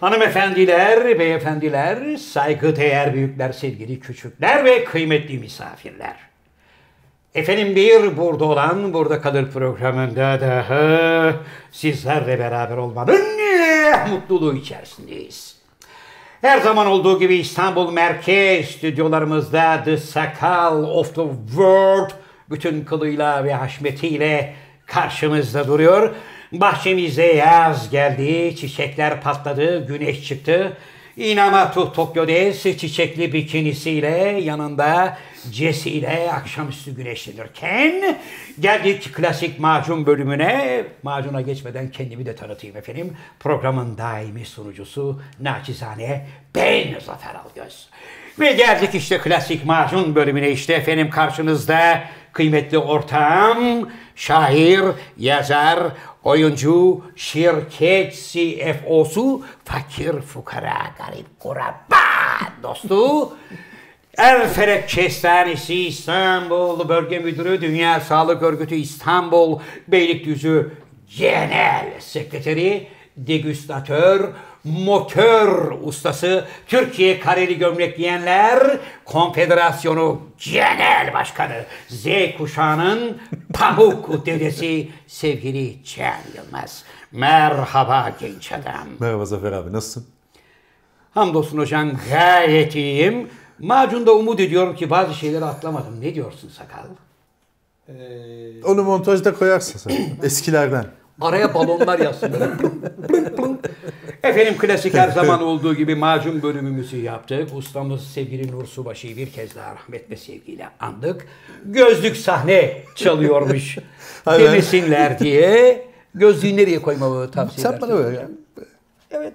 Hanımefendiler, beyefendiler, saygıdeğer büyükler, sevgili küçükler ve kıymetli misafirler. Efendim bir burada olan burada kalır programında daha sizlerle beraber olmanın mutluluğu içerisindeyiz. Her zaman olduğu gibi İstanbul Merkez stüdyolarımızda The Sakal of the World bütün kılıyla ve haşmetiyle karşımızda duruyor. Bahçemizde yaz geldi, çiçekler patladı, güneş çıktı. Inamatu Tokyo Des çiçekli bikinisiyle yanında Jesse ile akşamüstü güneşlenirken geldik klasik macun bölümüne. Macuna geçmeden kendimi de tanıtayım efendim. Programın daimi sunucusu naçizane ben Zafer Algöz. Ve geldik işte klasik macun bölümüne işte efendim karşınızda kıymetli ortağım, şair, yazar, oyuncu, şirket CFO'su, fakir, fukara, garip, kurabba dostu, Erfelek Kestanesi İstanbul Bölge Müdürü, Dünya Sağlık Örgütü İstanbul Beylikdüzü Genel Sekreteri, degüstatör, motor ustası, Türkiye Kareli Gömlek Giyenler Konfederasyonu Genel Başkanı, Z kuşağının pamuk dedesi sevgili Can Yılmaz. Merhaba genç adam. Merhaba Zafer abi, nasılsın? Hamdolsun hocam, gayet iyiyim. Macunda umut ediyorum ki bazı şeyleri atlamadım. Ne diyorsun Sakal? Onu montajda koyarsın sen. Eskilerden. Araya balonlar yazsın böyle. Efendim klasik her zaman olduğu gibi macun bölümümüzü yaptık. Ustamız sevgili Nur Subaşı'yı bir kez daha rahmet ve sevgiyle andık. Gözlük sahne çalıyormuş demesinler diye. Gözlüğü nereye koymamı tavsiye edersin? Sen bana ver ya. Evet.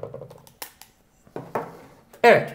Evet.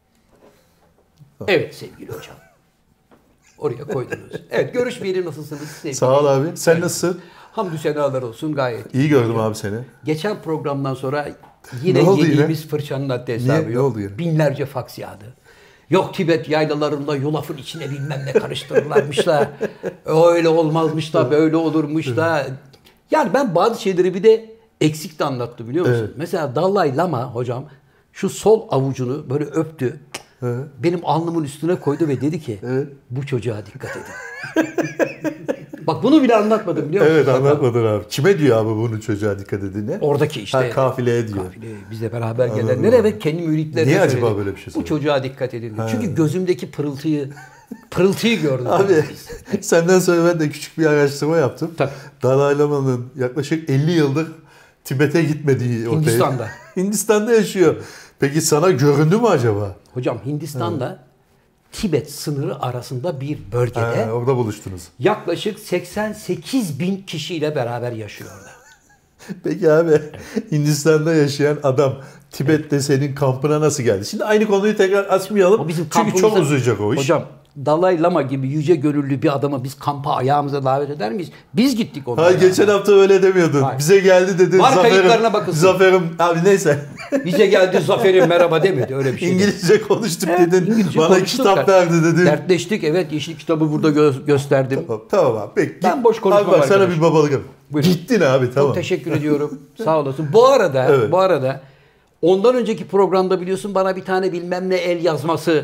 Evet sevgili hocam. Oraya koydunuz. Evet, görüşmeyeli nasılsınız sevgili? Sağ ol abi. Sen nasılsın? Hamdü senalar olsun, gayet İyi gördüm abi seni. Geçen programdan sonra yine yediğimiz fırçanın haddi hesabı yok. Binlerce faks yağdı. Yok Tibet yaylalarında yulafın içine bilmem ne karıştırırlarmış da öyle olmazmış da böyle olurmuş da. Yani ben bazı şeyleri bir de eksik de anlattım biliyor musun? Evet. Mesela Dalai Lama hocam şu sol avucunu böyle öptü. Evet. Benim alnımın üstüne koydu ve dedi ki bu çocuğa dikkat edin. Bak bunu bile anlatmadım biliyor musun? Evet anlatmadın abi. Kime diyor abi bunu çocuğa dikkat edin? Oradaki işte. Kafileye diyor. Kafileye, bizle beraber gelenlere ve kendi müritlerine niye acaba böyle bir şey söylüyor? Bu çocuğa dikkat edin diyor. Çünkü gözümdeki pırıltıyı gördüm. Abi senden sonra ben de küçük bir araştırma yaptım. Tabii. Dalai Lama'nın yaklaşık 50 yıldır Tibet'e gitmediği ortaya. Hindistan'da. Hindistan'da yaşıyor. Peki sana göründü mü acaba? Hocam Hindistan'da Tibet sınırı arasında bir bölgede orada buluştunuz. Yaklaşık 88 bin kişiyle beraber yaşıyor orada. Peki abi Hindistan'da yaşayan adam Tibet'te senin kampına nasıl geldi? Şimdi aynı konuyu tekrar açmayalım. Çünkü çok uzayacak o iş. Hocam Dalai Lama gibi yüce gönüllü bir adamı biz kampa ayağımıza davet eder miyiz? Biz gittik onlara. Hayır geçen hafta öyle demiyordun. Hayır. Bize geldi dedi. Var kayıtlarına bakılsın. Zaferim abi neyse. Bize geldi Zafer'im merhaba demedi öyle bir şey. İngilizce konuştuk dedin. İngilizce bana kitap verdi dedin. Dertleştik evet yeşil kitabı burada gösterdim. Tamam abi peki. Ben boş konuşmam abi bak sana bir babalık yap. Gittin abi tamam. Çok teşekkür ediyorum. Sağ olasın. Bu arada ondan önceki programda biliyorsun bana bir tane bilmem ne el yazması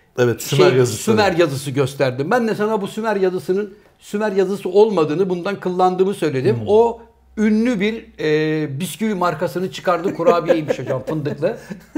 Sümer yazısı gösterdim. Ben de sana bu Sümer yazısının Sümer yazısı olmadığını, bundan kıllandığımı söyledim. O ünlü bir bisküvi markasının çıkardığı kurabiyeymiş hocam fındıklı.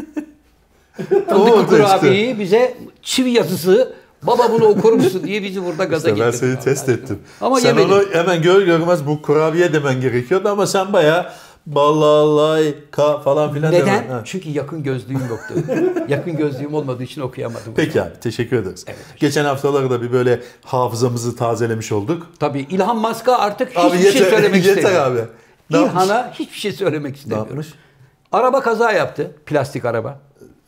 Fındıklı kurabiyeyi bize çivi yazısı baba bunu okur musun diye bizi burada gaza getirdi. Ben seni test ettim. Ama sen yemedim. Onu hemen görmez bu kurabiye demen gerekiyordu ama sen bayağı balalayka falan filan neden? Çünkü yakın gözlüğüm yoktu. Yakın gözlüğüm olmadığı için okuyamadım. Peki abi teşekkür ederiz. Evet, geçen haftalarda bir böyle hafızamızı tazelemiş olduk. Tabii İlhan Musk'a artık hiçbir şey söylemek istemiyorum. Yeter abi. İlhan'a hiçbir şey söylemek istemiyorum. Ne yapmış? Araba kaza yaptı. Plastik araba.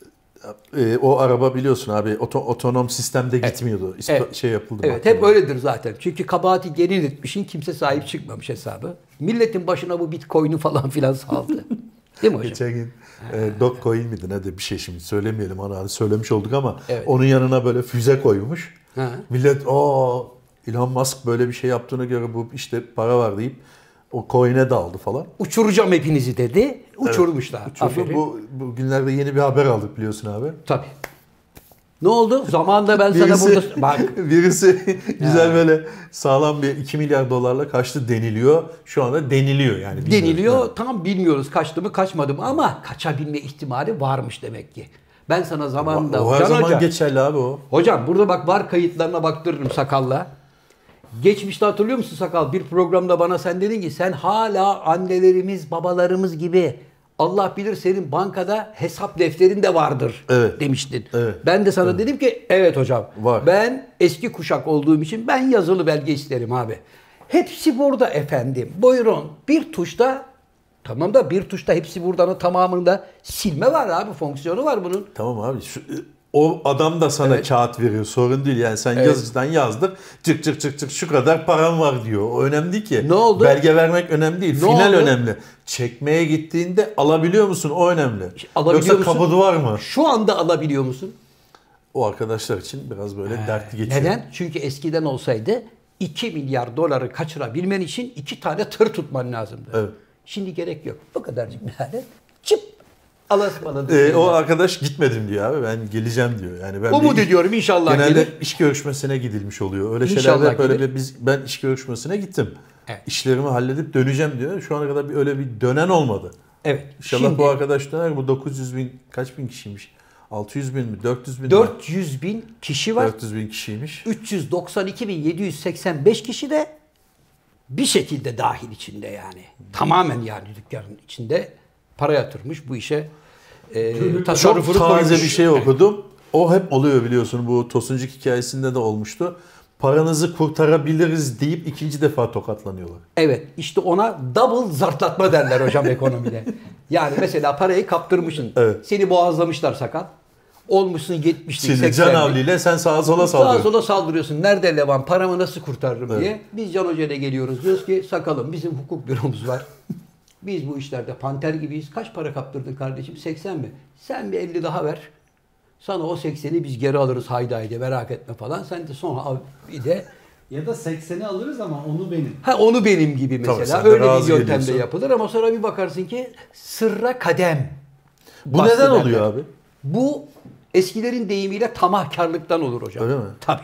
O araba biliyorsun abi otonom sistemde gitmiyordu. Şey yapıldı. Evet hep öyledir zaten. Çünkü kabahati gelin etmişin kimse sahip çıkmamış hesabı. Milletin başına bu Bitcoin'i falan filan saldı. Değil mi hocam? Geçen gün Dogecoin miydi ne de bir şey şimdi söylemeyelim hani söylemiş olduk ama onun yanına böyle füze koymuş. Ha. Millet Elon Musk böyle bir şey yaptığına göre bu işte para var deyip o coin'e daldı falan. Uçuracağım hepinizi dedi uçurmuşlar. Evet, uçurdu. Bu günlerde yeni bir haber aldık biliyorsun abi. Tabii. Ne oldu? Zamanında ben sana burada... Bak. Birisi güzel böyle sağlam bir 2 milyar dolarla kaçtı deniliyor. Şu anda deniliyor yani. Deniliyor. Yani. Tam bilmiyoruz kaçtı mı kaçmadı mı ama kaçabilme ihtimali varmış demek ki. Ben sana zamanında... O her zaman hocam, geçerli abi o. Hocam burada bak var kayıtlarına baktırırım Sakal'la. Geçmişte hatırlıyor musun Sakal? Bir programda bana sen dedin ki sen hala annelerimiz, babalarımız gibi Allah bilir senin bankada hesap defterin de vardır demiştin. Evet. Ben de sana dedim ki evet hocam. Var. Ben eski kuşak olduğum için ben yazılı belge isterim abi. Hepsi burada efendim. Buyurun bir tuşta tamam da bir tuşta hepsi buradanın tamamında silme var abi. Fonksiyonu var bunun. Tamam abi. O adam da sana kağıt veriyor. Sorun değil. Yani sen yazıcıdan yazdır. Çık çık çık çık şu kadar param var diyor. O önemli değil ki. Ne oldu? Belge vermek önemli değil. Final önemli. Çekmeye gittiğinde alabiliyor musun? O önemli. Yoksa kabudu var mı? Şu anda alabiliyor musun? O arkadaşlar için biraz böyle dertli geçiyor. Neden? Çünkü eskiden olsaydı 2 milyar doları kaçırabilmen için 2 tane tır tutman lazımdı. Evet. Şimdi gerek yok. Bu kadarcık bir alet. Çıp. O arkadaş gitmedim diyor abi. Ben geleceğim diyor. Yani ben umut ediyorum inşallah genelde gelir. iş görüşmesine gidilmiş oluyor. Öyle şeylerde böyle ben iş görüşmesine gittim. Evet. İşlerimi halledip döneceğim diyor. Şu ana kadar öyle bir dönen olmadı. Evet. İnşallah şimdi, bu arkadaş döner. Bu 900 bin kaç bin kişiymiş? 600 bin mi? 400 bin 400 bin kişi var. 400 bin kişiymiş. 392.785 kişi de bir şekilde dahil içinde yani. Tamamen yani dükkanın içinde para yatırmış bu işe. Çok taze bir şey okudum. O hep oluyor biliyorsun. Bu Tosuncuk hikayesinde de olmuştu. Paranızı kurtarabiliriz deyip ikinci defa tokatlanıyorlar. Evet. İşte ona double zartlatma derler hocam ekonomide. Yani mesela parayı kaptırmışsın. Evet. Seni boğazlamışlar Sakal. Olmuşsun 70'lik 80'lik. Can havliyle sen sağa sola saldırıyorsun. Sağa sola saldırıyorsun. Nerede Levan? Paramı nasıl kurtarırım diye. Biz Can Hoca'yla geliyoruz. Diyoruz ki Sakal'ım bizim hukuk büromuz var. Biz bu işlerde panter gibiyiz. Kaç para kaptırdın kardeşim? 80 mi? Sen bir 50 daha ver. Sana o 80'i biz geri alırız haydi haydi merak etme falan. Sen de sonra al bir de. Ya da 80'i alırız ama onu benim. Onu benim gibi mesela. Tabii, öyle bir yöntemde yapılır ama sonra bir bakarsın ki sırra kadem. Bu neden oluyor abi? Bu eskilerin deyimiyle tamahkarlıktan olur hocam. Öyle mi? Tabii.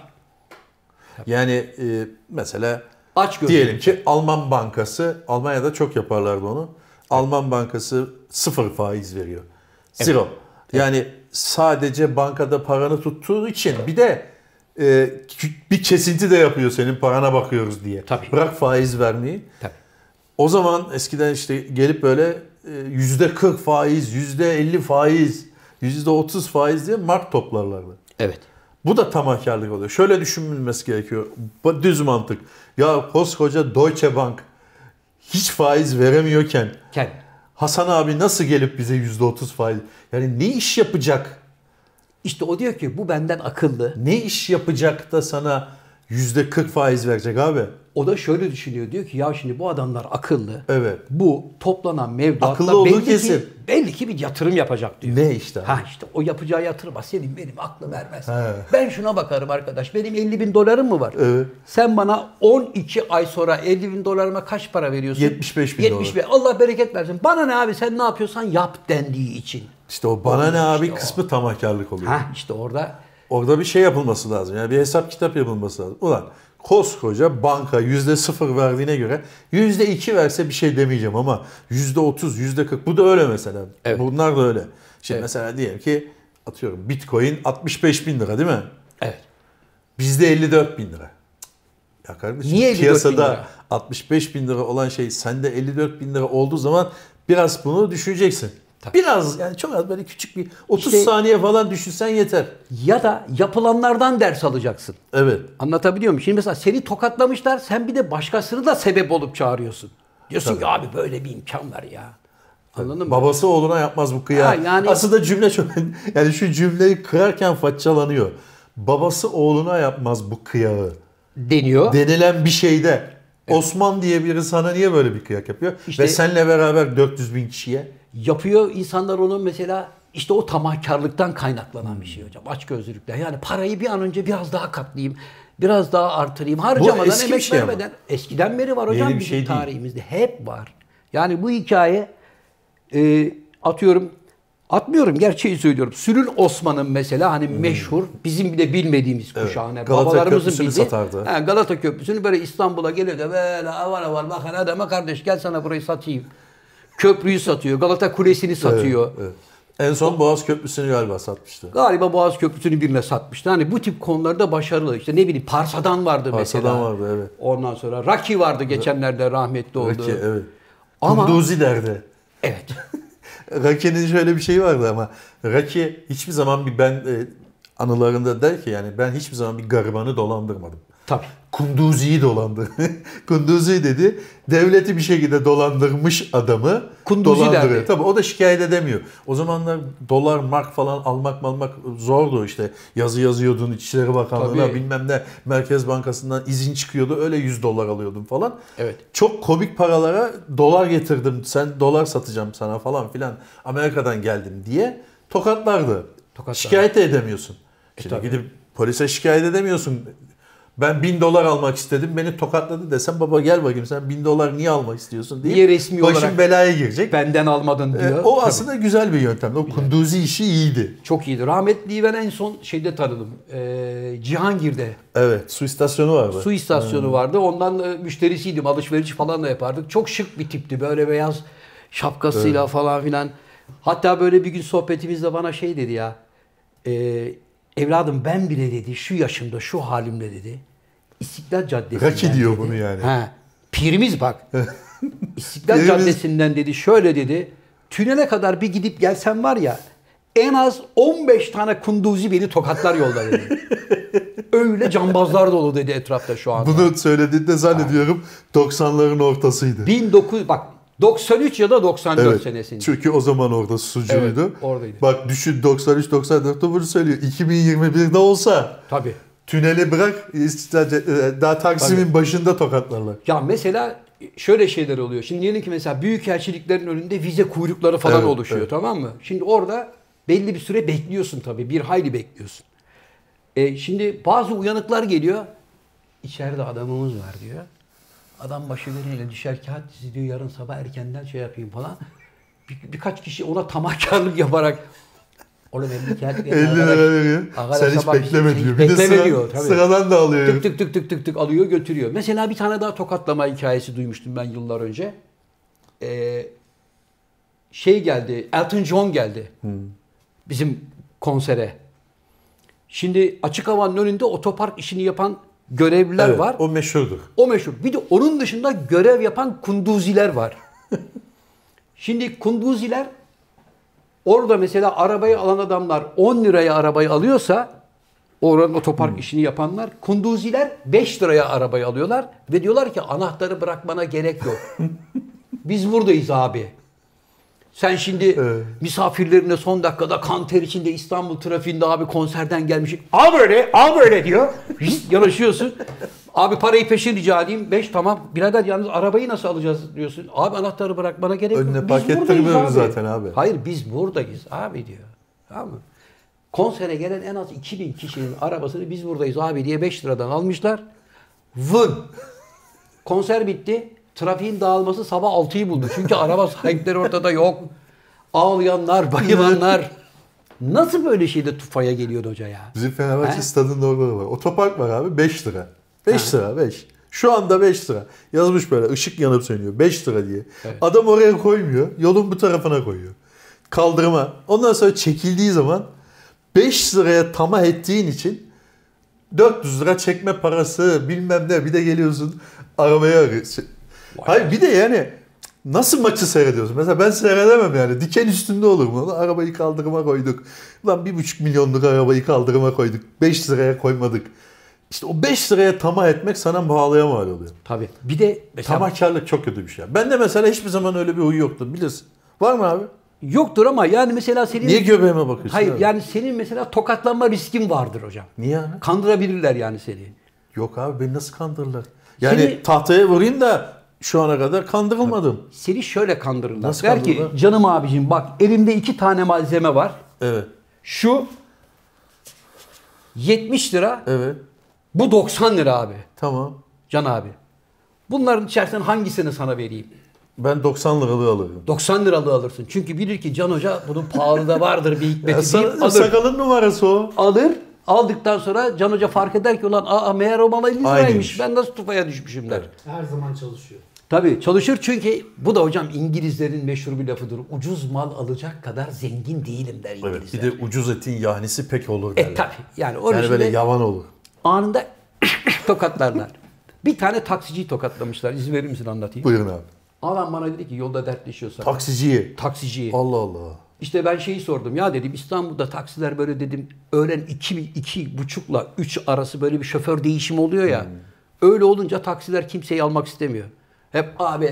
Yani mesela diyelim ki Alman bankası, Almanya'da çok yaparlardı onu. Evet. Alman bankası 0 faiz veriyor. Zero. Evet. Yani sadece bankada paranı tuttuğu için bir de bir kesinti de yapıyor senin parana bakıyoruz diye. Tabii. Bırak faiz vermeyi. Tabii. O zaman eskiden işte gelip böyle %40 faiz, %50 faiz, %30 faiz diye mark toplarlardı. Evet. Bu da tamahkarlık oluyor. Şöyle düşünülmesi gerekiyor. Düz mantık. Ya koskoca Deutsche Bank hiç faiz veremiyorken Hasan abi nasıl gelip bize %30 faiz? Yani ne iş yapacak? İşte o diyor ki bu benden akıllı. Ne iş yapacak da sana %40 faiz verecek abi? O da şöyle düşünüyor. Diyor ki ya şimdi bu adamlar akıllı. Evet. Bu toplanan mevduatla belli ki bir yatırım yapacak diyor. Ne işte? İşte o yapacağı yatırıma senin benim aklım ermez. Ben şuna bakarım arkadaş. Benim 50 bin dolarım mı var? Evet. Sen bana 12 ay sonra 50 bin dolarıma kaç para veriyorsun? 75 bin dolar. Allah bereket versin. Bana ne abi sen ne yapıyorsan yap dendiği için. İşte o bana ne abi kısmı tamahkarlık oluyor. İşte orada. Orada bir şey yapılması lazım. Yani bir hesap kitap yapılması lazım. Ulan koskoca banka %0 verdiğine göre %2 verse bir şey demeyeceğim ama %30, %40 bu da öyle mesela. Evet. Bunlar da öyle. Şimdi mesela diyelim ki atıyorum Bitcoin 65 bin lira değil mi? Evet. Bizde 54 bin lira. Ya kardeşim niye piyasada 65 bin lira olan şey sende 54 bin lira olduğu zaman biraz bunu düşüneceksin. Tabii. Biraz yani çok az böyle küçük bir 30 saniye falan düşünsen yeter. Ya da yapılanlardan ders alacaksın. Evet. Anlatabiliyor muyum? Şimdi mesela seni tokatlamışlar sen bir de başkasını da sebep olup çağırıyorsun. Diyorsun ki abi böyle bir imkan var ya. Anladın mı? Babası oğluna yapmaz bu kıya. Yani... Aslında cümle çok yani şu cümleyi kırarken façalanıyor. Babası oğluna yapmaz bu kıyağı. Deniyor. Denilen bir şeyde. Evet. Osman diye biri sana niye böyle bir kıyak yapıyor? İşte, ve seninle beraber 400 bin kişiye. Yapıyor insanlar onu mesela işte o tamahkarlıktan kaynaklanan bir şey hocam. Açgözlülükten. Yani parayı bir an önce biraz daha katlayayım. Biraz daha artırayım. Harcamadan emek şey vermeden. Eskiden beri var hocam bizim tarihimizde. Hep var. Yani bu hikaye atıyorum, atmıyorum, gerçeği söylüyorum. Sülül Osman'ın mesela hani meşhur, bizim bile bilmediğimiz kuşağın. Evet. Galata Köprüsü'nü satardı. Galata Köprüsü'nü böyle İstanbul'a geliyor da böyle avar avar bakın adama, kardeş gel sana burayı satayım. Köprüyü satıyor, Galata Kulesi'ni satıyor. Evet, evet. En son Boğaz Köprüsü'nü galiba satmıştı. Galiba Boğaz Köprüsü'nü birine satmıştı. Hani bu tip konularda başarılı. İşte ne bileyim Parsa'dan vardı mesela. Parsa'dan vardı, evet. Ondan sonra Raki vardı, geçenlerde rahmetli oldu. Raki, evet. Ama, Kunduzi derdi. Evet. Raki'nin şöyle bir şeyi vardı ama Raki hiçbir zaman anılarında der ki yani ben hiçbir zaman bir garibanı dolandırmadım. Tabii. Kunduzi'yi dolandırdı. Kunduzi dedi, devleti bir şekilde dolandırmış adamı Kunduzi dolandırıyor. derdi. Tabii o da şikayet edemiyor. O zamanlar dolar, mark falan almak zordu işte. Yazı yazıyordun İçişleri Bakanlığı'na, Tabii. bilmem ne Merkez Bankası'ndan izin çıkıyordu. Öyle 100 dolar alıyordun falan. Evet. Çok komik paralara dolar getirdim. Sen dolar satacağım sana falan filan. Amerika'dan geldim diye tokatlardı. Şikayet de edemiyorsun. Şimdi gidip polise şikayet edemiyorsun. Ben 1000 dolar almak istedim, beni tokatladı desem baba gel bakayım sen 1000 dolar niye almak istiyorsun diye. Niye resmi başın olarak belaya girecek. Benden almadın diyor. O aslında güzel bir yöntem. O Kunduzi işi iyiydi. Çok iyiydi. Rahmetliyi ben en son şeyde tanıdım. Cihangir'de. Evet, su istasyonu vardı. Su istasyonu vardı. Ondan müşterisiydim. Alışveriş falan da yapardık. Çok şık bir tipti. Böyle beyaz şapkasıyla falan filan. Hatta böyle bir gün sohbetimizde bana şey dedi ya. Evladım ben bile dedi şu yaşımda şu halimle dedi. İstiklal Caddesi'nden Raki diyor dedi. bunu yani. Pirimiz bak. İstiklal Caddesi'nden dedi şöyle dedi. Tünele kadar bir gidip gelsen var ya en az 15 tane kunduzi beni tokatlar yolda dedi. Öyle cambazlar dolu dedi etrafta şu anda. Bunu söylediğinde zannediyorum 90'ların ortasıydı. 93 ya da 94 senesinde. Çünkü o zaman orada sucuydu. Evet, oradaydı. Bak düşün 93-94'te bunu söylüyor. 2021'de olsa Tabii. tüneli bırak daha Taksim'in başında tokatlarlar. Ya mesela şöyle şeyler oluyor. Şimdi diyelim ki mesela büyükelçiliklerin önünde vize kuyrukları falan oluşuyor, tamam mı? Şimdi orada belli bir süre bekliyorsun tabii. Bir hayli bekliyorsun. Şimdi bazı uyanıklar geliyor. İçeride adamımız var diyor. Adam başı veriyle düşer kağıt dizi diyor. Yarın sabah erkenden şey yapayım falan. Birkaç kişi ona tamahkarlık yaparak oğlum 50 kağıt 50 lira veriyor. Sen hiç bekleme diyor. Bir de diyor, tabii. Sıradan da alıyor. Tık alıyor götürüyor. Mesela bir tane daha tokatlama hikayesi duymuştum ben yıllar önce. Geldi, Elton John geldi. Bizim konsere. Şimdi açık havanın önünde otopark işini yapan görevliler var. O meşhurdur. O meşhur. Bir de onun dışında görev yapan kunduziler var. Şimdi kunduziler orada mesela arabayı alan adamlar 10 liraya arabayı alıyorsa oranın otopark işini yapanlar kunduziler 5 liraya arabayı alıyorlar ve diyorlar ki anahtarı bırakmana gerek yok. Biz buradayız abi. Sen şimdi misafirlerine son dakikada kan ter içinde İstanbul trafiğinde abi konserden gelmişsin. Al böyle diyor. Yanaşıyorsun. Abi parayı peşin rica edeyim. 5 tamam. Birader yalnız arabayı nasıl alacağız diyorsun. Abi anahtarı bırakmana gerek yok. Önüne park ettirmiyoruz zaten abi. Hayır biz buradayız abi diyor. Tamam mı? Konsere gelen en az 2000 kişinin arabasını biz buradayız abi diye 5 liradan almışlar. Vın. Konser bitti. Trafiğin dağılması sabah 6'yı buldu. Çünkü araba sahipleri ortada yok. Ağlayanlar, bayılanlar. Nasıl böyle şeyde tufaya geliyordu hoca ya? Bizim Fenerbahçe stadında orada var. Otopark var abi 5 lira. 5 lira 5. Şu anda 5 lira. Yazmış böyle ışık yanıp sönüyor 5 lira diye. Evet. Adam oraya koymuyor. Yolun bu tarafına koyuyor. Kaldırıma. Ondan sonra çekildiği zaman 5 liraya tamah ettiğin için 400 lira çekme parası bilmem ne. Bir de geliyorsun arabaya arıyorsun. Hayır bir de yani nasıl maçı seyrediyorsun? Mesela ben seyredemem yani. Diken üstünde olur mu? Arabayı kaldırıma koyduk. Ulan 1,5 milyonluk arabayı kaldırıma koyduk. 5 liraya koymadık. İşte o 5 liraya tamah etmek sana pahalıya mal oluyor. Tabii. Bir de mesela... Tamahkarlık çok kötü bir şey. Ben de mesela hiçbir zaman öyle bir huy yoktu. Bilirsin. Var mı abi? Yoktur ama yani mesela senin... Niye göbeğime bakıyorsun? Hayır abi? yani senin mesela tokatlanma riskin vardır hocam. Niye abi? Kandırabilirler yani seni. Yok abi beni nasıl kandırırlar? Yani tahtaya vurayım da şu ana kadar kandırılmadım. Seni şöyle kandırırlar. Nasıl Der ki canım abicim bak elimde 2 tane malzeme var. Evet. Şu 70 lira. Evet. Bu 90 lira abi. Tamam. Can abi. Bunların içerisinden hangisini sana vereyim? Ben 90 liralığı alırım. 90 liralığı alırsın. Çünkü bilir ki Can Hoca bunun pahalı da vardır bir hikmeti deyip alır. Sakalın numarası o. Alır. Aldıktan sonra Can Hoca fark eder ki ulan meğer o mal 50 liraymış. Ben nasıl tufaya düşmüşüm der. Evet. Her zaman çalışıyor. Tabii çalışır çünkü bu da hocam İngilizlerin meşhur bir lafıdır. Ucuz mal alacak kadar zengin değilim der İngilizler. Evet, bir de ucuz etin yahnisi pek olur derler. Tabii. Yani böyle yavan olur. Anında tokatlarlar. Bir tane taksiciyi tokatlamışlar. İzin verir misin anlatayım? Buyurun abi. Adam bana dedi ki yolda dertleşiyorsa. Taksiciyi. Allah Allah. İşte ben şeyi sordum. Ya dedim İstanbul'da taksiler böyle dedim öğlen 2:30'la 3 arası böyle bir şoför değişimi oluyor ya. Öyle olunca taksiler kimseyi almak istemiyor. Hep abi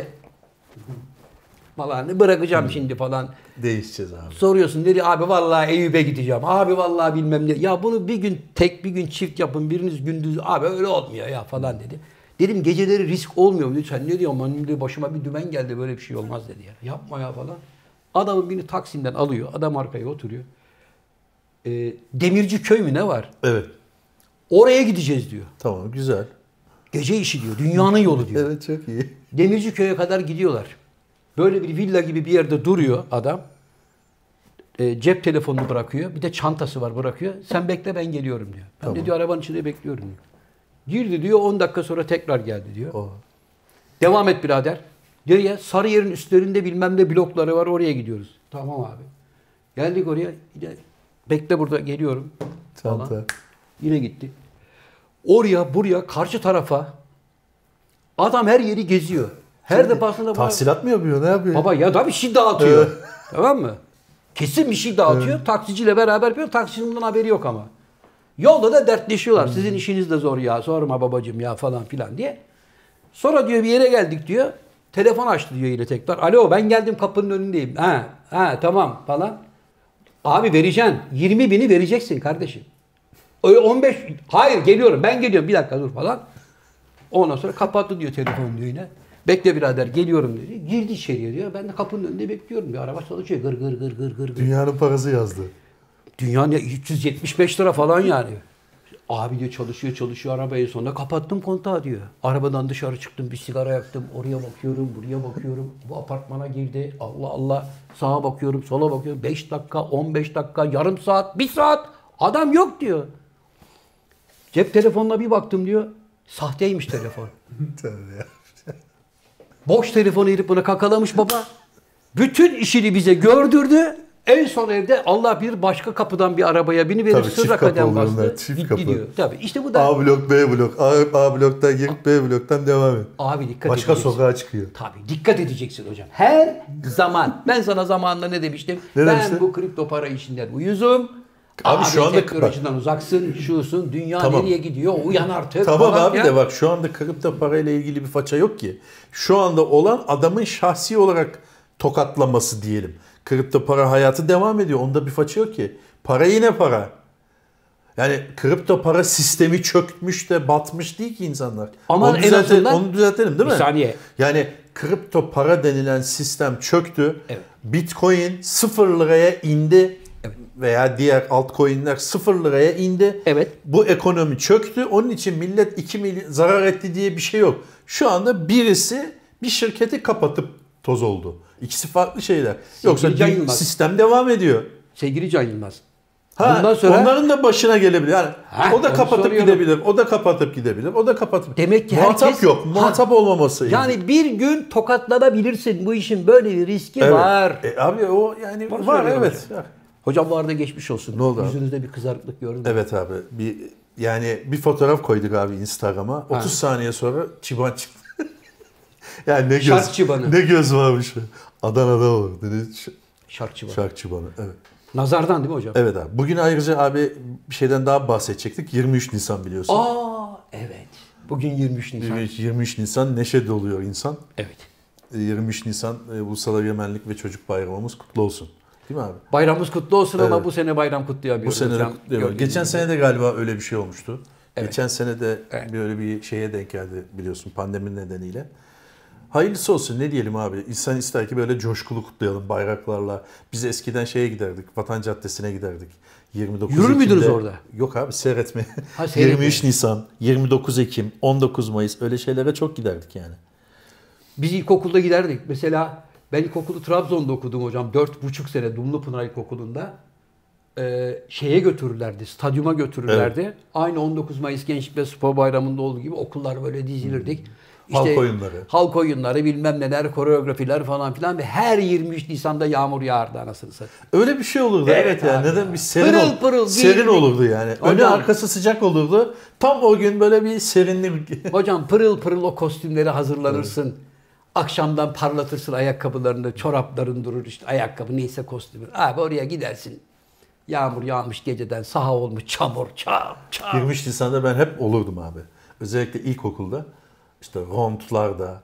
falan bırakacağım şimdi falan. Değişeceğiz abi. Soruyorsun dedi abi vallahi Eyüp'e gideceğim. Abi vallahi bilmem ne. Ya bunu bir gün tek bir gün çift yapın. Biriniz gündüz abi öyle olmuyor ya falan dedi. Dedim geceleri risk olmuyor mu? Sen ne diyorsun? Benim başıma bir dümen geldi böyle bir şey olmaz dedi ya. Yapma ya falan. Adamın birini Taksim'den alıyor. Adam arkaya oturuyor. Demirci köy mü ne var? Evet. Oraya gideceğiz diyor. Tamam güzel. Gece işi diyor. Dünyanın yolu diyor. Evet çok iyi. Demirci köye kadar gidiyorlar. Böyle bir villa gibi bir yerde duruyor adam. Cep telefonunu bırakıyor. Bir de çantası var bırakıyor. Sen bekle ben geliyorum diyor. Ben de diyor arabanın içinde bekliyorum diyor. Girdi diyor 10 dakika sonra tekrar geldi diyor. Devam et birader. Diyor ya Sarıyer'in üstlerinde bilmem ne blokları var oraya gidiyoruz. Tamam abi. Geldik oraya. Yine, bekle burada geliyorum. Çanta. Falan. Yine gitti. Oraya buraya karşı tarafa adam her yeri geziyor. Her defasında tahsilat mı yapıyor? Ne yapıyor? Baba ya da bir şey dağıtıyor. Tamam mı? Kesin bir şey dağıtıyor. Evet. Taksiciyle beraber yapıyor. Taksicinin bundan haberi yok ama. Yolda da dertleşiyorlar. Sizin işiniz de zor ya. Sorma babacığım ya falan filan diye. Sonra diyor bir yere geldik diyor. Telefon açtı diyor yine tekrar. Alo ben geldim kapının önündeyim. Ha tamam falan. Abi vereceksin. 20.000'i vereceksin kardeşim. Öyle 15. Hayır geliyorum ben geliyorum. Bir dakika dur falan. Ondan sonra kapattı diyor telefonu diyor yine. Bekle birader geliyorum dedi. Girdi içeriye diyor. Ben de kapının önünde bekliyorum diyor. Araba çalışıyor. Gır gır gır gır gır. Dünyanın parası yazdı. Dünyanın 375 lira falan yani. Abi diyor çalışıyor arabayı sonunda kapattım kontağı diyor. Arabadan dışarı çıktım bir sigara yaktım. Oraya bakıyorum buraya bakıyorum. Bu apartmana girdi. Allah Allah. Sağa bakıyorum sola bakıyorum. 5 dakika 15 dakika yarım saat 1 saat. Adam yok diyor. Cep telefonuna bir baktım diyor. Sahteymiş telefon. Boş telefonu herif buna kakalamış baba. Bütün işini bize gördürdü. En son evde Allah bir başka kapıdan bir arabaya biniverip sırra kadem bastı. Gitti diyor. Tabii işte bu da. A blok, B blok. A bloktan girip B bloktan devam et. Abi dikkat başka edeceksin. sokağa çıkıyor. Tabii dikkat edeceksin hocam. Her zaman. Ben sana zamanında ne demiştim? Ben bu kripto para işinden uyuzum. Abi şu anda teknolojiden uzaksın, şusun, dünya nereye gidiyor? Uyan artık. Tamam abi de bak şu anda kripto parayla ilgili bir faça yok ki. Şu anda olan adamın şahsi olarak tokatlaması diyelim. Kripto para hayatı devam ediyor. Onda bir faça yok ki. Para yine para. Yani kripto para sistemi çökmüş de batmış değil ki insanlar. Ama onu düzeltelim değil mi? Bir saniye. Yani kripto para denilen sistem çöktü. Evet. Bitcoin 0 liraya indi. Evet. Veya diğer altcoin'ler 0 liraya indi. Evet. Bu ekonomi çöktü. Onun için millet 2 milyon zarar etti diye bir şey yok. Şu anda birisi bir şirketi kapatıp toz oldu. İkisi farklı şeyler. Yoksa sistem devam ediyor. Sevgili Can Yılmaz. Bundan sonra onların da başına gelebilir. Yani o da kapatıp gidebilir. O da kapatıp gidebilir. O da kapatıp. Demek ki muhatap herkes yok. Muhatap olmaması. Yani bir gün tokatlanabilirsin. Bu işin böyle bir riski var. Abi o yani var evet. Hocam bu arada geçmiş olsun. Ne oldu yüzünüzde bir kızarıklık gördüm. Evet abi. Bir fotoğraf koyduk abi Instagram'a. 30 saniye sonra çıban çıktı. Yani ne göz varmış. Adana'da olur dedi. Şark çıbanı. Evet. Nazardan değil mi hocam? Evet abi. Bugün ayrıca abi bir şeyden daha bahsedecektik. 23 Nisan biliyorsun. Evet. Bugün 23 Nisan. 23 Nisan neşe doluyor insan. Evet. 23 Nisan Ulusal Egemenlik ve Çocuk Bayramımız kutlu olsun. Değil mi abi? Bayramımız kutlu olsun ama bu sene bayram kutlayamıyoruz. Bu sene de kutlayamıyoruz. Geçen sene de galiba öyle bir şey olmuştu. Evet. Geçen sene de böyle bir şeye denk geldi biliyorsun pandemi nedeniyle. Hayırlısı olsun ne diyelim abi. İnsan ister ki böyle coşkulu kutlayalım bayraklarla. Biz eskiden şeye giderdik. Vatan Caddesi'ne giderdik. 29 Yürür Ekim'de. müydünüz orada? Yok abi seyretme. 23 Nisan, 29 Ekim, 19 Mayıs öyle şeylere çok giderdik yani. Biz ilkokulda giderdik. Mesela ben ilkokulu Trabzon'da okudum hocam. 4,5 sene Dumlupınar İlkokulu'nda. Şeye götürürlerdi, stadyuma götürürlerdi. Evet. Aynı 19 Mayıs Gençlik ve Spor Bayramı'nda olduğu gibi okullar böyle dizilirdik. İşte halk oyunları. Halk oyunları, bilmem neler, koreografiler falan filan ve her 23 Nisan'da yağmur yağardı anasını satayım. Öyle bir şey olurdu evet yani. Neden bir serin pırıl, serin olurdu yani. Önü arkası sıcak olurdu. Tam o gün böyle bir serinlik. Hocam pırıl pırıl o kostümleri hazırlanırsın. Evet. Akşamdan parlatırsın ayakkabılarını, çorapların durur işte ayakkabı neyse kostümü. Abi oraya gidersin. Yağmur yağmış geceden, saha olmuş çamur, çam. 23 Nisan'da ben hep olurdum abi. Özellikle ilkokulda. İşte rondlarda,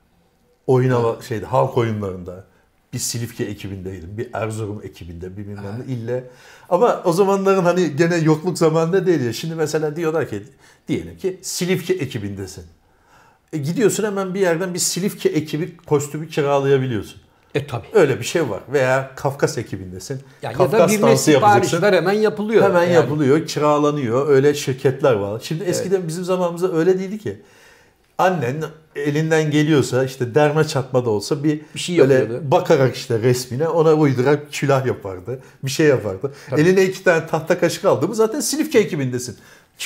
halk oyunlarında, bir Silifke ekibindeydim, bir Erzurum ekibinde, bir bilmem ne ille. Ama o zamanların hani gene yokluk zamanında değil ya. Şimdi mesela diyorlar ki, diyelim ki Silifke ekibindesin. Gidiyorsun hemen bir yerden bir Silifke ekibi kostümü kiralayabiliyorsun. Tabii. Öyle bir şey var. Veya Kafkas ekibindesin. Yani Kafkas ya da birine sipariş ver hemen yapılıyor. Hemen yapılıyor, kiralanıyor. Öyle şirketler var. Şimdi eskiden bizim zamanımızda öyle değildi ki. Annen elinden geliyorsa işte derme çatma da olsa bir şey böyle yapıyordu. Bakarak işte resmine ona uydurak külah yapardı. Bir şey yapardı. Tabii. Eline 2 tane tahta kaşık aldı mı zaten Silifke ekibindesin.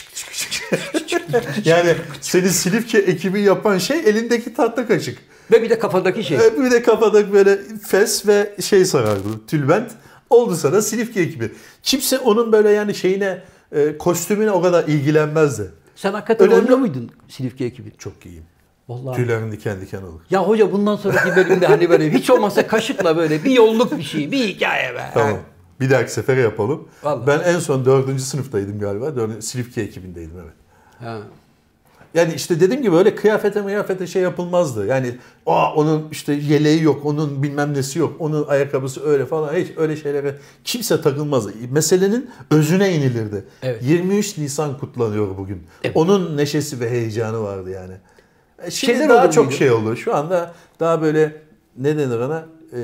Yani senin Silifke ekibi yapan şey elindeki tahta kaşık. Ve bir de kafadaki şey. Bir de kafadaki böyle fes ve şey sarardı. Tülbent. Oldu sana Silifke ekibi. Kimse onun böyle yani şeyine kostümüne o kadar ilgilenmezdi. Sen hakikaten oynuyor muydun Silifke ekibi? Çok iyiyim. Vallahi. Tüylerim diken diken olur. Ya hoca bundan sonraki bölümde hani böyle hiç olmazsa kaşıkla böyle bir yolluk bir şey, bir hikaye be. Tamam. Bir dahaki sefere yapalım. Vallahi. Ben en son 4. sınıftaydım galiba. Silifke ekibindeydim evet. Ha. Yani işte dediğim gibi öyle kıyafete şey yapılmazdı. Yani onun işte yeleği yok, onun bilmem nesi yok, onun ayakkabısı öyle falan. Hiç öyle şeylere kimse takılmazdı. Meselenin özüne inilirdi. Evet. 23 Nisan kutlanıyor bugün. Evet. Onun neşesi ve heyecanı vardı yani. Şimdi şeyler daha çok şey oldu. Şu anda daha böyle ne denir ona?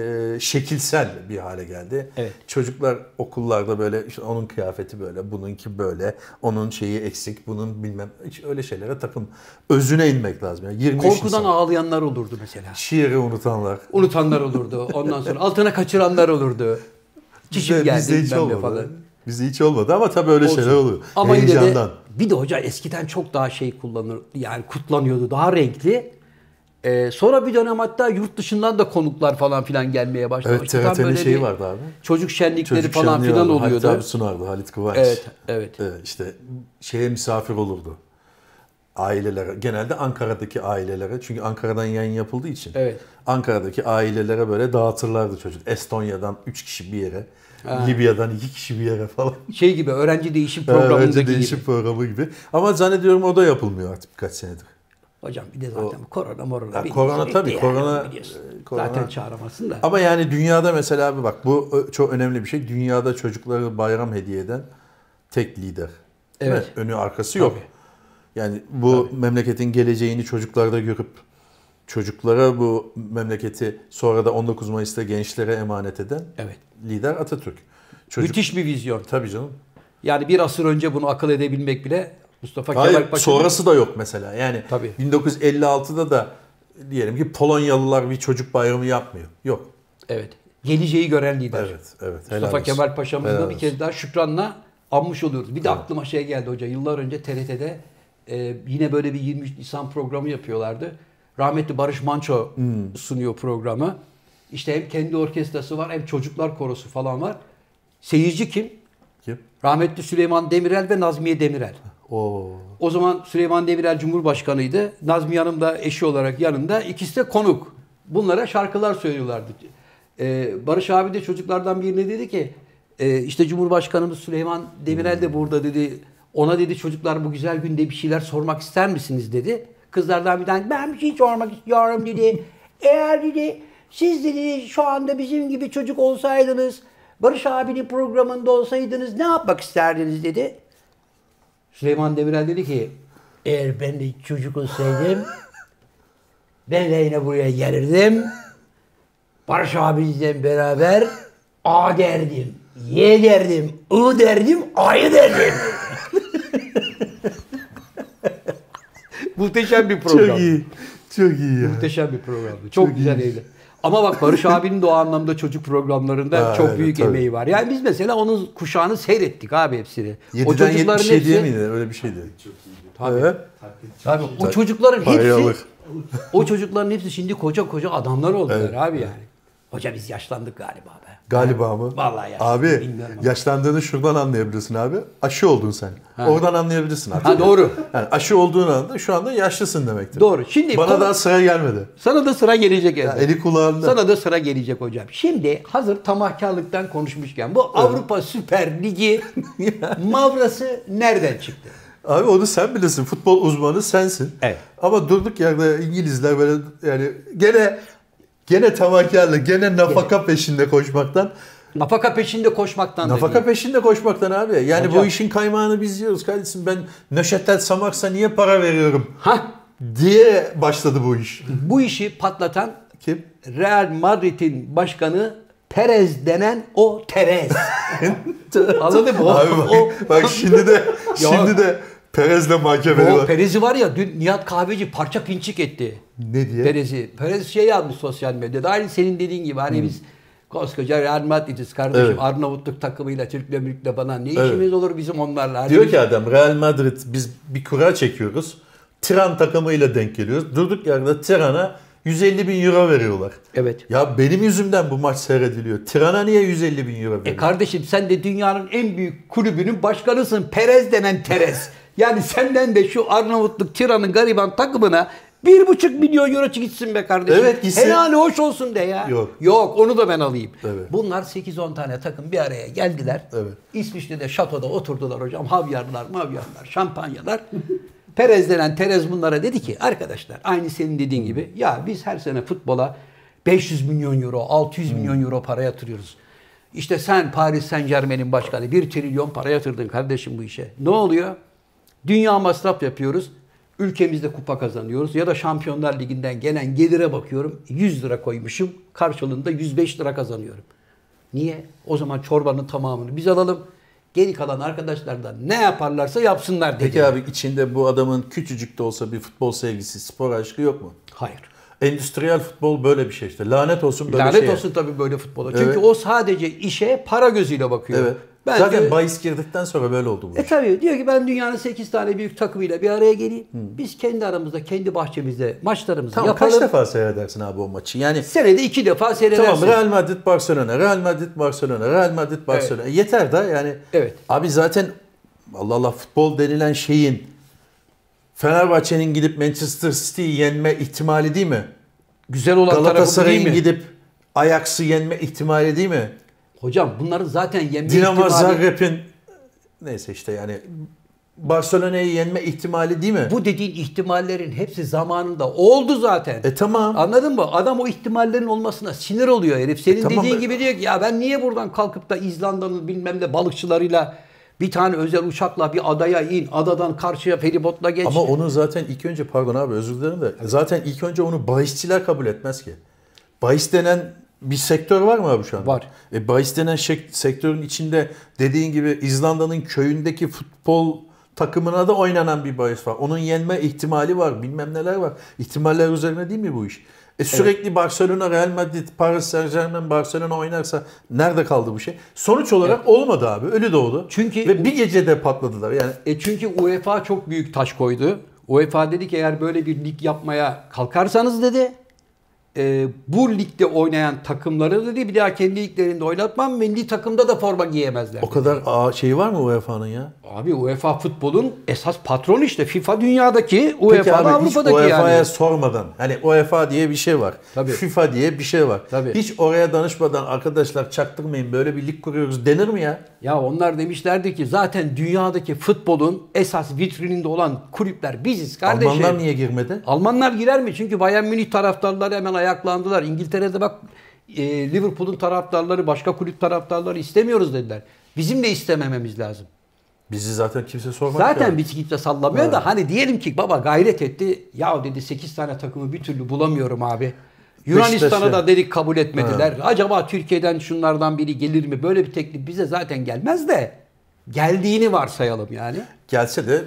Şekilsel bir hale geldi. Evet. Çocuklar okullarda böyle işte onun kıyafeti böyle, bununki böyle, onun şeyi eksik, bunun bilmem hiç öyle şeylere takım. Özüne inmek lazım. Yani 23 korkudan Nisan. Ağlayanlar olurdu mesela. Şiiri unutanlar. Unutanlar olurdu. Ondan sonra altına kaçıranlar olurdu. Çişim geldi hiç olmadı. Falan. Bizde hiç olmadı ama tabii öyle şeyler oluyor. Ama heyecandan. Bir de hoca eskiden çok daha şey kutlanıyordu. Daha renkli. Sonra bir dönem hatta yurt dışından da konuklar falan filan gelmeye başladı. Evet, TRT'nin şeyi vardı abi. Çocuk şenlikleri falan filan oluyordu. Halit abi sunardı, Halit Kıvanç. Evet. İşte şeye misafir olurdu. Ailelere, genelde Ankara'daki ailelere. Çünkü Ankara'dan yayın yapıldığı için. Evet. Ankara'daki ailelere böyle dağıtırlardı çocuk. Estonya'dan 3 kişi bir yere. Libya'dan 2 kişi bir yere falan. Şey gibi öğrenci değişim programındaki gibi. Öğrenci değişim programı gibi. Ama zannediyorum o da yapılmıyor artık birkaç senedir. Hocam bir de zaten korona. Korona tabii. Korona zaten çağıramazsın da. Ama yani dünyada mesela abi bak bu çok önemli bir şey. Dünyada çocuklara bayram hediye eden tek lider. Evet. Önü arkası yok. Tabii. Yani bu memleketin geleceğini çocuklarda görüp çocuklara bu memleketi sonra da 19 Mayıs'ta gençlere emanet eden lider Atatürk. Müthiş bir vizyon. Tabii canım. Yani bir asır önce bunu akıl edebilmek bile Mustafa Kemal Paşa. Sonrası da yok mesela. Yani tabii. 1956'da da diyelim ki Polonyalılar bir çocuk bayramı yapmıyor. Yok. Evet. Geleceği gören lider. Evet. Mustafa Kemal Paşa'mızı da bir kez daha şükranla anmış oluyoruz. Bir de aklıma şey geldi hoca. Yıllar önce TRT'de yine böyle bir 23 Nisan programı yapıyorlardı. Rahmetli Barış Manço sunuyor programı. İşte hem kendi orkestrası var hem çocuklar korosu falan var. Seyirci kim? Rahmetli Süleyman Demirel ve Nazmiye Demirel. O zaman Süleyman Demirel Cumhurbaşkanıydı. Nazmiye Hanım da eşi olarak yanında. İkisi de konuk. Bunlara şarkılar söylüyorlardı. Barış abi de çocuklardan birine dedi ki işte Cumhurbaşkanımız Süleyman Demirel de burada dedi. Ona dedi çocuklar bu güzel günde bir şeyler sormak ister misiniz dedi. Kızlardan bir tane ben bir şey sormak istiyorum dedi. Eğer dedi siz dedi şu anda bizim gibi çocuk olsaydınız Barış abinin programında olsaydınız ne yapmak isterdiniz dedi. Süleyman Demirel dedi ki eğer ben de çocuk olsaydım ben de yine buraya gelirdim. Barış abinizle beraber A derdim, Y derdim, I derdim, A'yı derdim. Muhteşem bir program. Çok iyi ya. Muhteşem bir programdı. Çok güzel eğlendi. Ama bak Barış abinin de o anlamda çocuk programlarında çok büyük emeği var. Yani biz mesela onun kuşağını seyrettik abi hepsini. 7'den 77'ye miydi? Öyle bir şeydi. Çok iyiydi. Tabii. Evet. Tabii. O çocukların hepsi o çocukların hepsi şimdi koca adamlar oldular abi yani. Hoca biz yaşlandık galiba be. Galiba mı? Vallahi yaşlandık. Abi Bilmiyorum ama. yaşlandığını şuradan anlayabilirsin abi. Aşı oldun sen. Oradan anlayabilirsin artık. Ha doğru. Yani aşı olduğun anda şu anda yaşlısın demektir. Doğru. Şimdi bana daha sıra gelmedi. Sana da sıra gelecek yani. Eli kulağında. Sana da sıra gelecek hocam. Şimdi hazır tamahkarlıktan konuşmuşken bu Avrupa Süper Ligi mavrası nereden çıktı? Abi onu sen bilirsin. Futbol uzmanı sensin. Evet. Ama durduk yerde İngilizler böyle yani gene tamahkarlık, gene nafaka peşinde koşmaktan. Nafaka peşinde koşmaktan. Nafaka peşinde koşmaktan abi. Yani hocam, bu işin kaymağını biz yiyoruz kardeşim. Ben Nöşetel Samaksa niye para veriyorum? Diye başladı bu iş. Bu işi patlatan kim? Real Madrid'in başkanı Perez denen o Terez. Anladın mı? Abi bak şimdi de Perez'le mahkemeleri var. Perez'i var ya dün Nihat Kahveci parça pinçik etti. Ne diye? Perez şey yazmış sosyal medyada. Aynı senin dediğin gibi hani biz koskoca Real Madrid'iz kardeşim. Evet. Arnavutluk takımıyla, Türk'le mülk'le bana ne işimiz olur bizim onlarla. Hani diyor ki adam Real Madrid biz bir kura çekiyoruz. Tiran takımıyla denk geliyoruz. Durduk yerde Tiran'a 150 bin euro veriyorlar. Evet. Ya benim yüzümden bu maç seyrediliyor. Tiran'a niye 150 bin euro veriyor? Kardeşim sen de dünyanın en büyük kulübünün başkanısın. Perez denen Terez. Yani senden de şu Arnavutluk Tiran'ın gariban takımına 1,5 milyon euro gitsin be kardeşim. Evet gitsin. Helali hoş olsun de ya. Yok onu da ben alayım. Evet. Bunlar 8-10 tane takım bir araya geldiler. Evet. İsviçre'de şatoda oturdular hocam. Havyarlar, şampanyalar. Perez denen Terez bunlara dedi ki arkadaşlar aynı senin dediğin gibi ya biz her sene futbola 500 milyon euro, 600 milyon euro para yatırıyoruz. İşte sen Paris Saint-Germain'in başkanı 1 trilyon para yatırdın kardeşim bu işe. Ne oluyor? Dünya masraf yapıyoruz. Ülkemizde kupa kazanıyoruz. Ya da Şampiyonlar Ligi'nden gelen gelire bakıyorum. 100 lira koymuşum. Karşılığında 105 lira kazanıyorum. Niye? O zaman çorbanın tamamını biz alalım. Geri kalan arkadaşlardan ne yaparlarsa yapsınlar dedi. Peki abi içinde bu adamın küçücük de olsa bir futbol sevgisi, spor aşkı yok mu? Hayır. Endüstriyel futbol böyle bir şey işte. Lanet olsun böyle Lanet olsun tabii böyle futbola. Çünkü evet. O sadece işe para gözüyle bakıyor. Evet. Zaten bahis girdikten sonra böyle oldu bu iş. Tabii diyor ki ben dünyanın 8 tane büyük takımıyla bir araya geleyim. Biz kendi aramızda, kendi bahçemizde maçlarımızı yapalım. Kaç defa seyredersin abi o maçı? Yani senede 2 defa seyredersin. Tamam Real Madrid Barcelona, Real Madrid Barcelona, Real Madrid Barcelona. Evet. Yeter da yani. Evet. Abi zaten Allah futbol denilen şeyin Fenerbahçe'nin gidip Manchester City'yi yenme ihtimali değil mi? Güzel olan tarafı değil mi? Galatasaray'ın gidip Ajax'ı yenme ihtimali değil mi? Hocam bunların zaten yenme Dinamo Zagreb'in neyse işte yani Barcelona'yı yenme ihtimali değil mi? Bu dediğin ihtimallerin hepsi zamanında oldu zaten. Tamam. Anladın mı? Adam o ihtimallerin olmasına sinir oluyor herif. Senin dediğin gibi diyor ki ya ben niye buradan kalkıp da İzlanda'nın bilmem ne balıkçılarıyla bir tane özel uçakla bir adaya in, adadan karşıya feribotla geç. Ama onu zaten ilk önce pardon abi özür dilerim de zaten ilk önce onu bahisçiler kabul etmez ki. Bahis denen bir sektör var mı abi şu anda? Var. Bahis denen sektörün içinde dediğin gibi İzlanda'nın köyündeki futbol takımına da oynanan bir bahis var. Onun yenme ihtimali var. Bilmem neler var. İhtimaller üzerine değil mi bu iş? Sürekli evet. Barcelona, Real Madrid, Paris Saint-Germain, Barcelona oynarsa nerede kaldı bu şey? Sonuç olarak olmadı abi. Ölü doğdu. Ve bir gecede patladılar. Yani çünkü UEFA çok büyük taş koydu. UEFA dedi ki eğer böyle bir lig yapmaya kalkarsanız dedi bu ligde oynayan takımları dedi bir daha kendi liglerinde oynatmam. Milli takımda da forma giyemezler. O kadar şey var mı UEFA'nın ya? Abi UEFA futbolun esas patronu işte. FIFA dünyadaki, UEFA Avrupa'daki yani. UEFA'ya sormadan. Hani UEFA diye bir şey var. Tabii. FIFA diye bir şey var. Tabii. Hiç oraya danışmadan arkadaşlar çaktırmayın böyle bir lig kuruyoruz denir mi ya? Ya onlar demişlerdi ki zaten dünyadaki futbolun esas vitrininde olan kulüpler biziz kardeşim. Almanlar niye girmedi? Almanlar girer mi? Çünkü Bayern Münih taraftarları hemen ayaklandılar. İngiltere'de bak Liverpool'un taraftarları, başka kulüp taraftarları istemiyoruz dediler. Bizim de istemememiz lazım. Bizi zaten kimse sormadı. Zaten bir kimse sallamıyor da hani diyelim ki baba gayret etti. Ya dedi 8 tane takımı bir türlü bulamıyorum abi. Yunanistan'a da dedik kabul etmediler. Acaba Türkiye'den şunlardan biri gelir mi? Böyle bir teklif bize zaten gelmez de geldiğini varsayalım yani. Gelse de bu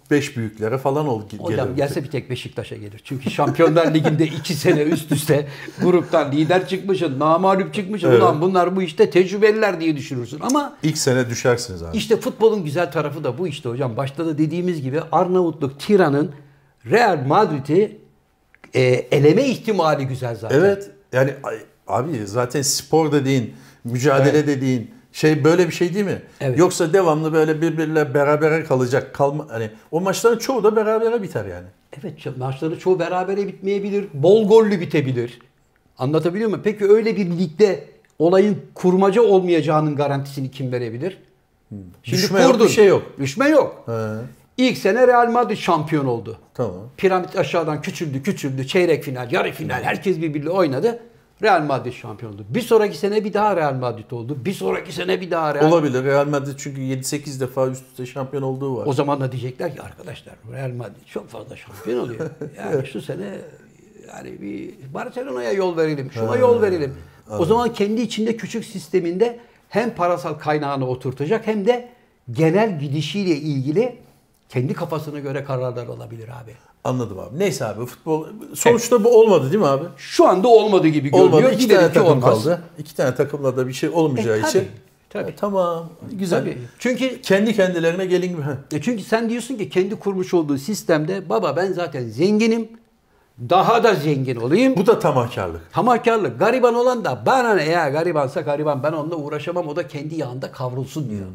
5 büyüklere falan Hocam gelse bir tek Beşiktaş'a gelir. Çünkü Şampiyonlar Ligi'nde 2 sene üst üste gruptan lider çıkmışsın, namağlup çıkmışsın. Evet. Ulan bunlar bu işte tecrübeliler diye düşünürsün. Ama ilk sene düşersiniz abi. İşte futbolun güzel tarafı da bu işte hocam. Başta da dediğimiz gibi Arnavutluk Tiran'ın Real Madrid'i eleme ihtimali güzel zaten. Evet. Yani abi zaten spor dediğin, mücadele dediğin şey böyle bir şey değil mi? Evet. Yoksa devamlı böyle birbirle berabere kalacak. Hani o maçların çoğu da berabere biter yani. Evet, maçların çoğu berabere bitmeyebilir. Bol gollü bitebilir. Anlatabiliyor muyum? Peki öyle bir ligde olayın kurmaca olmayacağının garantisini kim verebilir? Şimdi düşme yok, bir şey yok. Düşme yok. He. İlk sene Real Madrid şampiyon oldu. Tamam. Piramit aşağıdan küçüldü. Çeyrek final, yarı final herkes birbiriyle oynadı. Real Madrid şampiyon oldu. Bir sonraki sene bir daha Real Madrid oldu. Bir sonraki sene bir daha Real olabilir. Real Madrid çünkü 7-8 defa üst üste şampiyon olduğu var. O zaman da diyecekler ki arkadaşlar Real Madrid çok fazla şampiyon oluyor. Yani şu sene yani bir Barcelona'ya yol verelim. Şuna yol verelim. Anladım. O zaman kendi içinde küçük sisteminde hem parasal kaynağını oturtacak hem de genel gidişiyle ilgili kendi kafasına göre kararlar alabilir abi. Anladım abi. Neyse abi futbol sonuçta bu olmadı değil mi abi? Şu anda olmadı gibi görünüyor. Olmadı. 2 tane takım kaldı. 2 tane takımla da bir şey olmayacağı için. Tabii. Tamam. Güzel. Tabii. Çünkü kendi kendilerine gelin gibi. Çünkü sen diyorsun ki kendi kurmuş olduğu sistemde baba ben zaten zenginim. Daha da zengin olayım. Bu da tamahkarlık. Tamahkarlık. Gariban olan da bana ne ya garibansa gariban ben onunla uğraşamam o da kendi yağında kavrulsun diyor.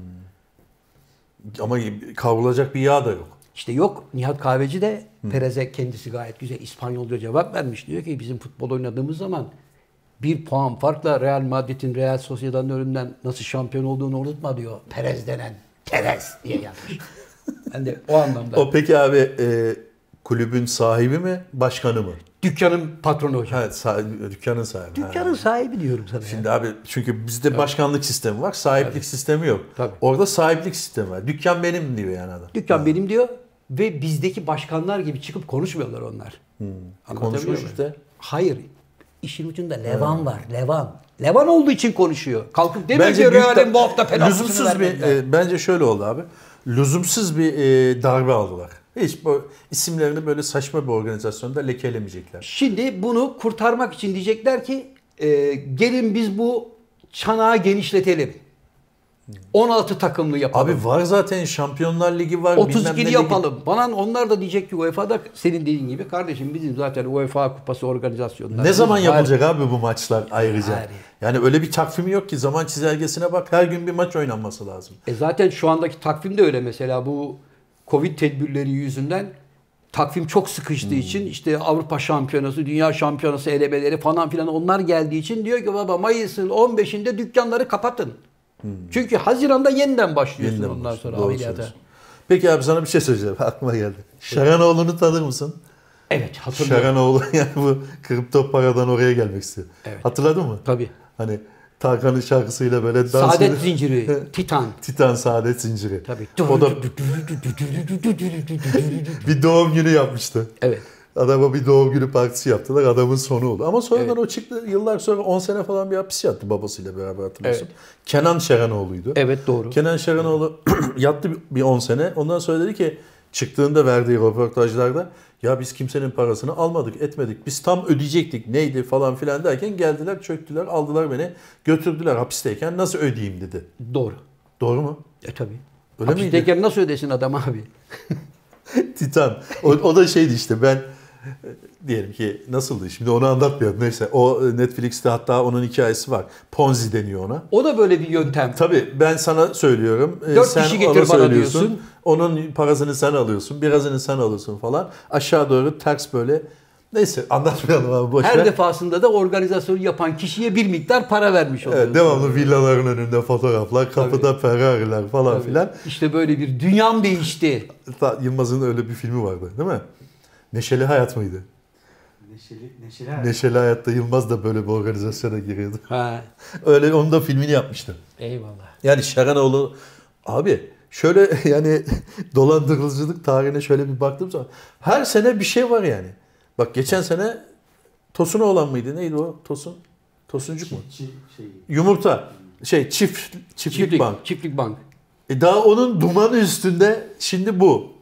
Ama kavrulacak bir yağ da yok. İşte yok. Nihat Kahveci de Perez'e kendisi gayet güzel İspanyolca cevap vermiş. Diyor ki bizim futbol oynadığımız zaman 1 puan farkla Real Madrid'in Real Sociedad'ın önünden nasıl şampiyon olduğunu unutma diyor. Perez denen. Perez diye yazmış. Ben de o anlamda. O peki abi kulübün sahibi mi başkanı mı? Dükkanın patronu hocam. Evet dükkanın sahibi. Dükkanın sahibi diyorum sana. Şimdi ya. Abi çünkü bizde başkanlık sistemi var. Sahiplik sistemi yok. Tabii. Orada sahiplik sistemi var. Dükkan benim diyor yani adam. Dükkan benim diyor ve bizdeki başkanlar gibi çıkıp konuşmuyorlar onlar. Konuşmuş işte. Hayır. İşin ucunda Levan var. Levan olduğu için konuşuyor. Kalkıp demiyor ki Real'in bu hafta penaltısını vermediler. Bence şöyle oldu abi. Lüzumsuz bir darbe aldılar. Hiç bu isimlerini böyle saçma bir organizasyonda lekelemeyecekler. Şimdi bunu kurtarmak için diyecekler ki gelin biz bu çanağı genişletelim. 16 takımlı yapalım. Abi var zaten Şampiyonlar Ligi var. 32'li yapalım. Bana onlar da diyecek ki UEFA'da senin dediğin gibi kardeşim bizim zaten UEFA Kupası organizasyonları. Ne zaman yapılacak abi bu maçlar ayrıca? Yani öyle bir takvimi yok ki zaman çizelgesine bak her gün bir maç oynanması lazım. Zaten şu andaki takvim de öyle mesela bu Covid tedbirleri yüzünden takvim çok sıkıştığı için işte Avrupa Şampiyonası, Dünya Şampiyonası elemeleri falan filan onlar geldiği için diyor ki baba Mayıs'ın 15'inde dükkanları kapatın. Çünkü Haziran'da yeniden başlıyorsun ondan sonra ameliyata. Peki abi sana bir şey söyleyeceğim. Aklıma geldi. Şaranoğlu'nu tanır mısın? Evet hatırlıyorum. Şaranoğlu yani bu kripto paradan oraya gelmek istiyor. Evet. Hatırladın mı? Tabii. Hani Tarkan'ın şarkısıyla böyle dans Saadet zinciri. Titan. Titan Saadet zinciri. Tabii. O da bir doğum günü yapmıştı. Evet. Adama bir doğum günü partisi yaptılar. Adamın sonu oldu. Ama sonradan o çıktı. Yıllar sonra 10 sene falan bir hapis yattı babasıyla beraber hatırlıyorsun. Evet. Kenan Şeranoğlu'ydu. Evet doğru. Kenan Şeranoğlu yattı bir 10 sene. Ondan sonra dedi ki çıktığında verdiği röportajlarda ya biz kimsenin parasını almadık etmedik. Biz tam ödeyecektik neydi falan filan derken geldiler çöktüler aldılar beni götürdüler hapisteyken nasıl ödeyeyim dedi. Doğru. Doğru mu? Tabii. Öyle hapisteyken miydi? nasıl ödesin adam abi? Titan. O da şeydi işte ben diyelim ki nasıldı şimdi onu anlatmıyorum neyse o Netflix'te hatta onun hikayesi var. Ponzi deniyor ona. O da böyle bir yöntem. Tabii ben sana söylüyorum. 4 sen kişi getir bana diyorsun. Onun parasını sen alıyorsun birazını sen alıyorsun falan. Aşağı doğru ters böyle. Neyse anlatmayalım abi boş ver. Her defasında da organizasyonu yapan kişiye bir miktar para vermiş oluyor. Evet, devamlı villaların önünde fotoğraflar, kapıda Ferrari'ler falan filan. İşte böyle bir dünyam değişti. Yılmaz'ın öyle bir filmi vardı değil mi? Neşeli Hayat mıydı? Neşeli Hayat. Neşeli Hayat'ta Yılmaz da böyle bir organizasyona giriyordu. Ha. Öyle onun da filmini yapmıştı. Eyvallah. Yani Şeranoğlu abi şöyle yani dolandırıcılık tarihine şöyle bir baktığım zaman her sene bir şey var yani. Bak geçen sene Tosun olan mıydı? Neydi o? Tosuncuk mu? Yumurta. Çiftlik bank. Çiftlik bank. Daha onun dumanı üstünde şimdi bu.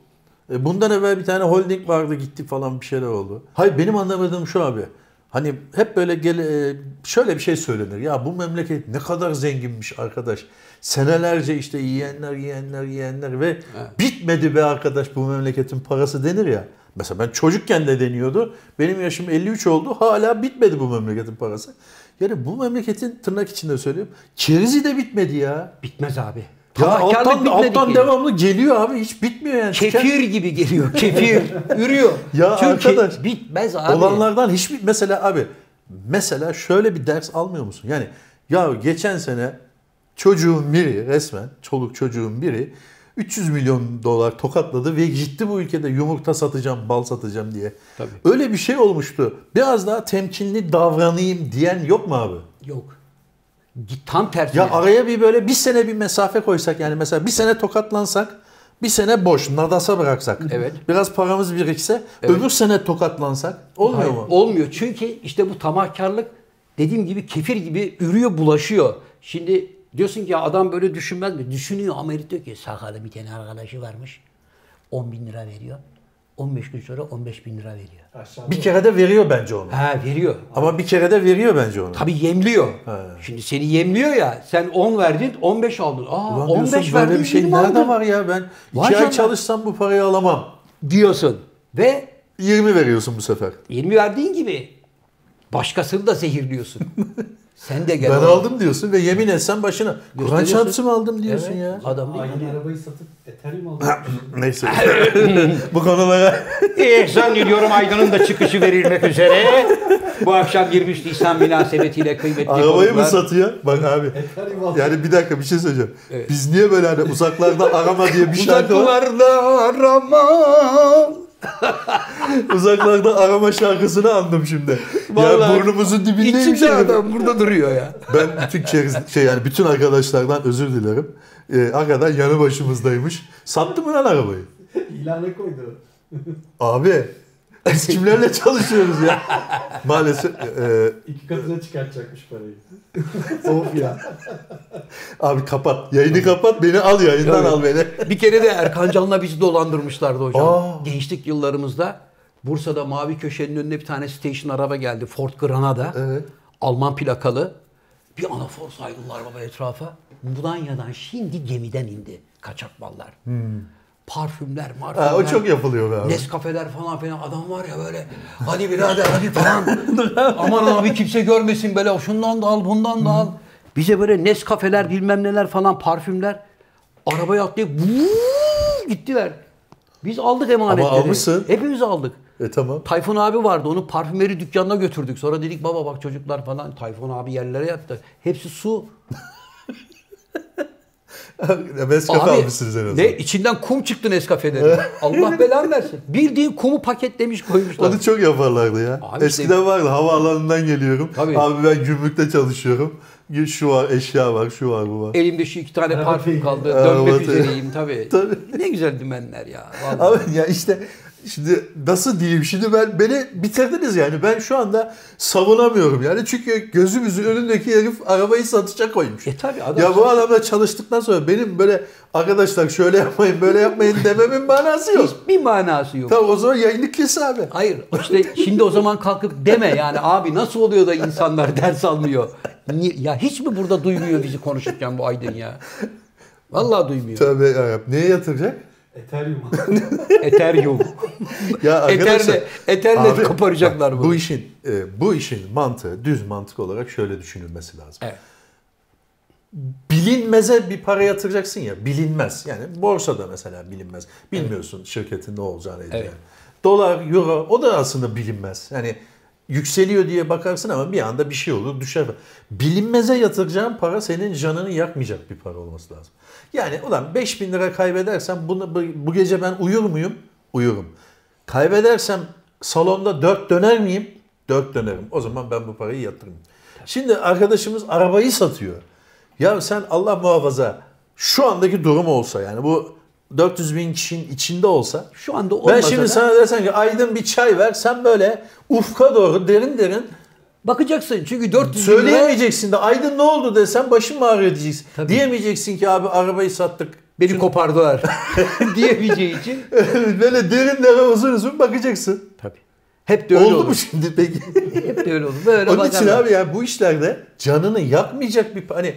Bundan evvel bir tane holding vardı, gitti falan, bir şeyler oldu. Hayır, benim anlamadığım şu abi. Hani hep böyle şöyle bir şey söylenir. Ya bu memleket ne kadar zenginmiş arkadaş. Senelerce işte yiyenler ve bitmedi be arkadaş bu memleketin parası denir ya. Mesela ben çocukken de deniyordu. Benim yaşım 53 oldu. Hala bitmedi bu memleketin parası. Yani bu memleketin, tırnak içinde söylüyorum, kerizi de bitmedi ya. Bitmez abi. Ya alttan devamlı geliyor abi. Hiç bitmiyor yani. Kefir gibi geliyor. Kefir. Ürüyor. Ya çünkü arkadaş. Bitmez abi. Olanlardan hiçbir, mesela abi. Mesela şöyle bir ders almıyor musun? Yani ya geçen sene çocuğun biri, resmen çoluk çocuğun biri 300 milyon dolar tokatladı ve gitti bu ülkede yumurta satacağım, bal satacağım diye. Tabii. Öyle bir şey olmuştu. Biraz daha temkinli davranayım diyen yok mu abi? Yok. Tam tersine. Ya araya bir sene bir mesafe koysak, yani mesela bir sene tokatlansak, bir sene boş, nadasa bıraksak. Evet. Biraz paramız birikse, öbür sene tokatlansak olmuyor mu? Olmuyor. Çünkü işte bu tamahkarlık dediğim gibi kefir gibi ürüyor, bulaşıyor. Şimdi diyorsun ki ya adam böyle düşünmez mi? Düşünüyor ama herif diyor ki sakalı bir tane arkadaşı varmış. 10 bin lira veriyor. 15 gün sonra 15 bin lira veriyor. Aşağıda Bir kere de veriyor bence onu. Veriyor. Ama bir kere de veriyor bence onu. Tabii yemliyor. Şimdi seni yemliyor ya. Sen 10 verdin, 15 aldın. Ulan 15 verdin, böyle bir şey nerede aldın. var ya? Ben 2 ay çalışsam bu parayı alamam Diyorsun. Ve 20 veriyorsun bu sefer. 20 verdiğin gibi başkasını da zehirliyorsun. Sen de gel. Ben aldım diyorsun ve yemin etsen başına. Kur'an çarpısı mı aldım diyorsun ya? Adam aynı arabayı satıp Ethereum aldım. Neyse. Bu konulara. Zannediyorum Aydın'ın da çıkışı verilmek üzere. Bu akşam 23 Nisan münasebetiyle kıymetli arabayı mı satıyor? Bak abi. Yani bir dakika, bir şey söyleyeceğim. Evet. Biz niye böyle hani uzaklarda arama diye bir şarkı var? Uzaklarda arama. Uzaklarda arama şarkısını andım şimdi. Vallahi ya burnumuzun dibindeymiş. İçimde adam burada duruyor ya. Ben bütün bütün arkadaşlardan özür dilerim. Hakikaten yanı başımızdaymış. Sattı mı lan arabayı? İlana koydu. Abi biz kimlerle çalışıyoruz ya? Maalesef. 2 katına çıkartacakmış parayı. Of ya. Abi kapat. Yayını kapat. Beni al yayından, al beni. Bir kere de Erkan Can'la bizi dolandırmışlardı hocam. Gençlik yıllarımızda Bursa'da Mavi Köşe'nin önüne bir tane station araba geldi. Ford Granada. Evet. Alman plakalı. Bir anafor saydılar baba etrafa. Mudanya'dan şimdi gemiden indi kaçak mallar. Parfümler, marfümler. O çok yapılıyor be abi. Nescafeler falan filan. Adam var ya böyle. Hadi birader hadi falan. Aman abi kimse görmesin böyle. Şundan da al, bundan da al. Bize böyle Nescafeler bilmem neler falan, parfümler. Arabaya atlayıp gittiler. Biz aldık emanetleri. Ama almışsın. Hepimiz aldık. Tamam. Tayfun abi vardı. Onu parfümeri dükkanına götürdük. Sonra dedik baba bak çocuklar falan. Tayfun abi yerlere yattı. Hepsi su. Nescafe almışsınız en azından. Ne? İçinden kum çıktı Nescafe'lerin. Allah belanı versin. Bildiğin kumu paketlemiş koymuşlar. Onu çok yaparlardı ya. Abi Eskiden işte, vardı, havaalanından geliyorum. Tabii. Abi ben gümrükte çalışıyorum. Şu var, eşya var, şu var, bu var. Elimde şu 2 tane parfüm kaldı. Dönmek üzereyim tabii. Ne güzel dümenler ya. Vallahi. Abi ya işte şimdi nasıl diyeyim, şimdi beni bitirdiniz yani. Ben şu anda savunamıyorum yani. Çünkü gözümüzün önündeki herif arabayı satışa koymuş. Tabii adam. Ya bu adamla çalıştıktan sonra benim böyle arkadaşlar şöyle yapmayın, böyle yapmayın dememin manası yok. Hiçbir manası yok. Tamam, o zaman yayını kes abi. Hayır işte şimdi o zaman kalkıp deme yani abi nasıl oluyor da insanlar ders almıyor. Ya hiç mi burada duymuyor bizi konuşurken bu Aydın ya? Vallahi duymuyor. Tabii ya. Neye yatıracak? Ethereum. Ya arkadaşlar, Ethernet koparacaklar bunu. Bu işin mantığı, düz mantık olarak şöyle düşünülmesi lazım. Evet. Bilinmeze bir para yatıracaksın ya, bilinmez. Yani borsada mesela bilinmez. Bilmiyorsun şirketin ne olacağını. Evet. Yani. Dolar, euro, o da aslında bilinmez. Yani yükseliyor diye bakarsın ama bir anda bir şey olur, düşer. Bilinmeze yatıracağın para senin canını yakmayacak bir para olması lazım. Yani ulan 5.000 lira kaybedersem bu gece ben uyur muyum? Uyurum. Kaybedersem salonda 4 döner miyim? 4 dönerim. O zaman ben bu parayı yatırırım. Şimdi arkadaşımız arabayı satıyor. Ya sen Allah muhafaza şu andaki durum olsa, yani bu 400.000 kişinin içinde olsa, şu anda ben şimdi sana desem ki Aydın bir çay ver, sen böyle ufka doğru derin derin bakacaksın. Çünkü 400 söyleyemeyeceksin de Aydın ne oldu desem başım ağrıyor diyeceksin. Tabii. Diyemeyeceksin ki abi arabayı sattık Beni kopardılar diyemeyeceği için. Böyle derinlere uzun bakacaksın. Tabii. Hep de öyle oldu mu şimdi peki? Hep de öyle oldu. Böyle onun için abi yani bu işlerde canını yakmayacak bir hani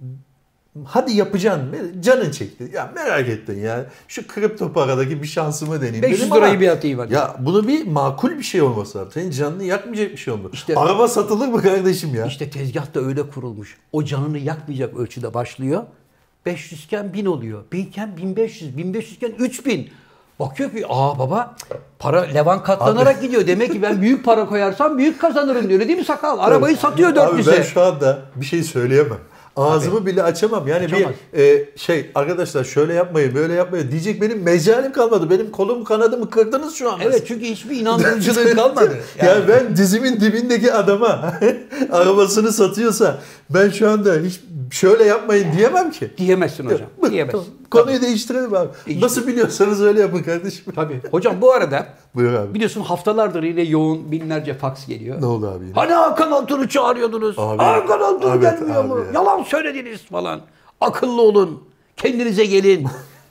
hadi yapacaksın. Canın çekti. Ya merak ettin ya. Şu kripto paradaki bir şansımı deneyeyim. 500 lirayı bir atayım hadi. Ya bunu bir makul bir şey olması lazım. Senin canını yakmayacak bir şey olmalı. İşte, araba satılır mı kardeşim ya? İşte tezgah da öyle kurulmuş. O canını yakmayacak ölçüde başlıyor. 500 iken 1000 oluyor. 1000 iken 1500. 1500 iken 3000. Bakıyor ki baba para levan katlanarak gidiyor. Demek ki ben büyük para koyarsam büyük kazanırım diyor. Öyle değil mi sakal? Arabayı satıyor 400'e. Abi ben şu anda bir şey söyleyemem. Ağzımı bile açamam. Yani açamaz. Arkadaşlar şöyle yapmayın, böyle yapmayın diyecek benim mecalim kalmadı. Benim kolum kanadımı kırdınız şu anda. Evet çünkü hiçbir inandırıcılığı kalmadı. Yani ben dizimin dibindeki adama arabasını satıyorsa ben şu anda hiç şöyle yapmayın diyemem ki. Diyemezsin hocam. Diyemezsin. Konuyu değiştirelim abi. Nasıl biliyorsanız öyle yapın kardeşim. Tabii. Hocam bu arada buyur abi. Biliyorsun haftalardır yine yoğun binlerce faks geliyor. Ne oldu abi yine? Hani Hakan Altun'u çağırıyordunuz. Abi, Hakan Altun gelmiyor mu? Ya. Yalan söylediniz falan. Akıllı olun. Kendinize gelin.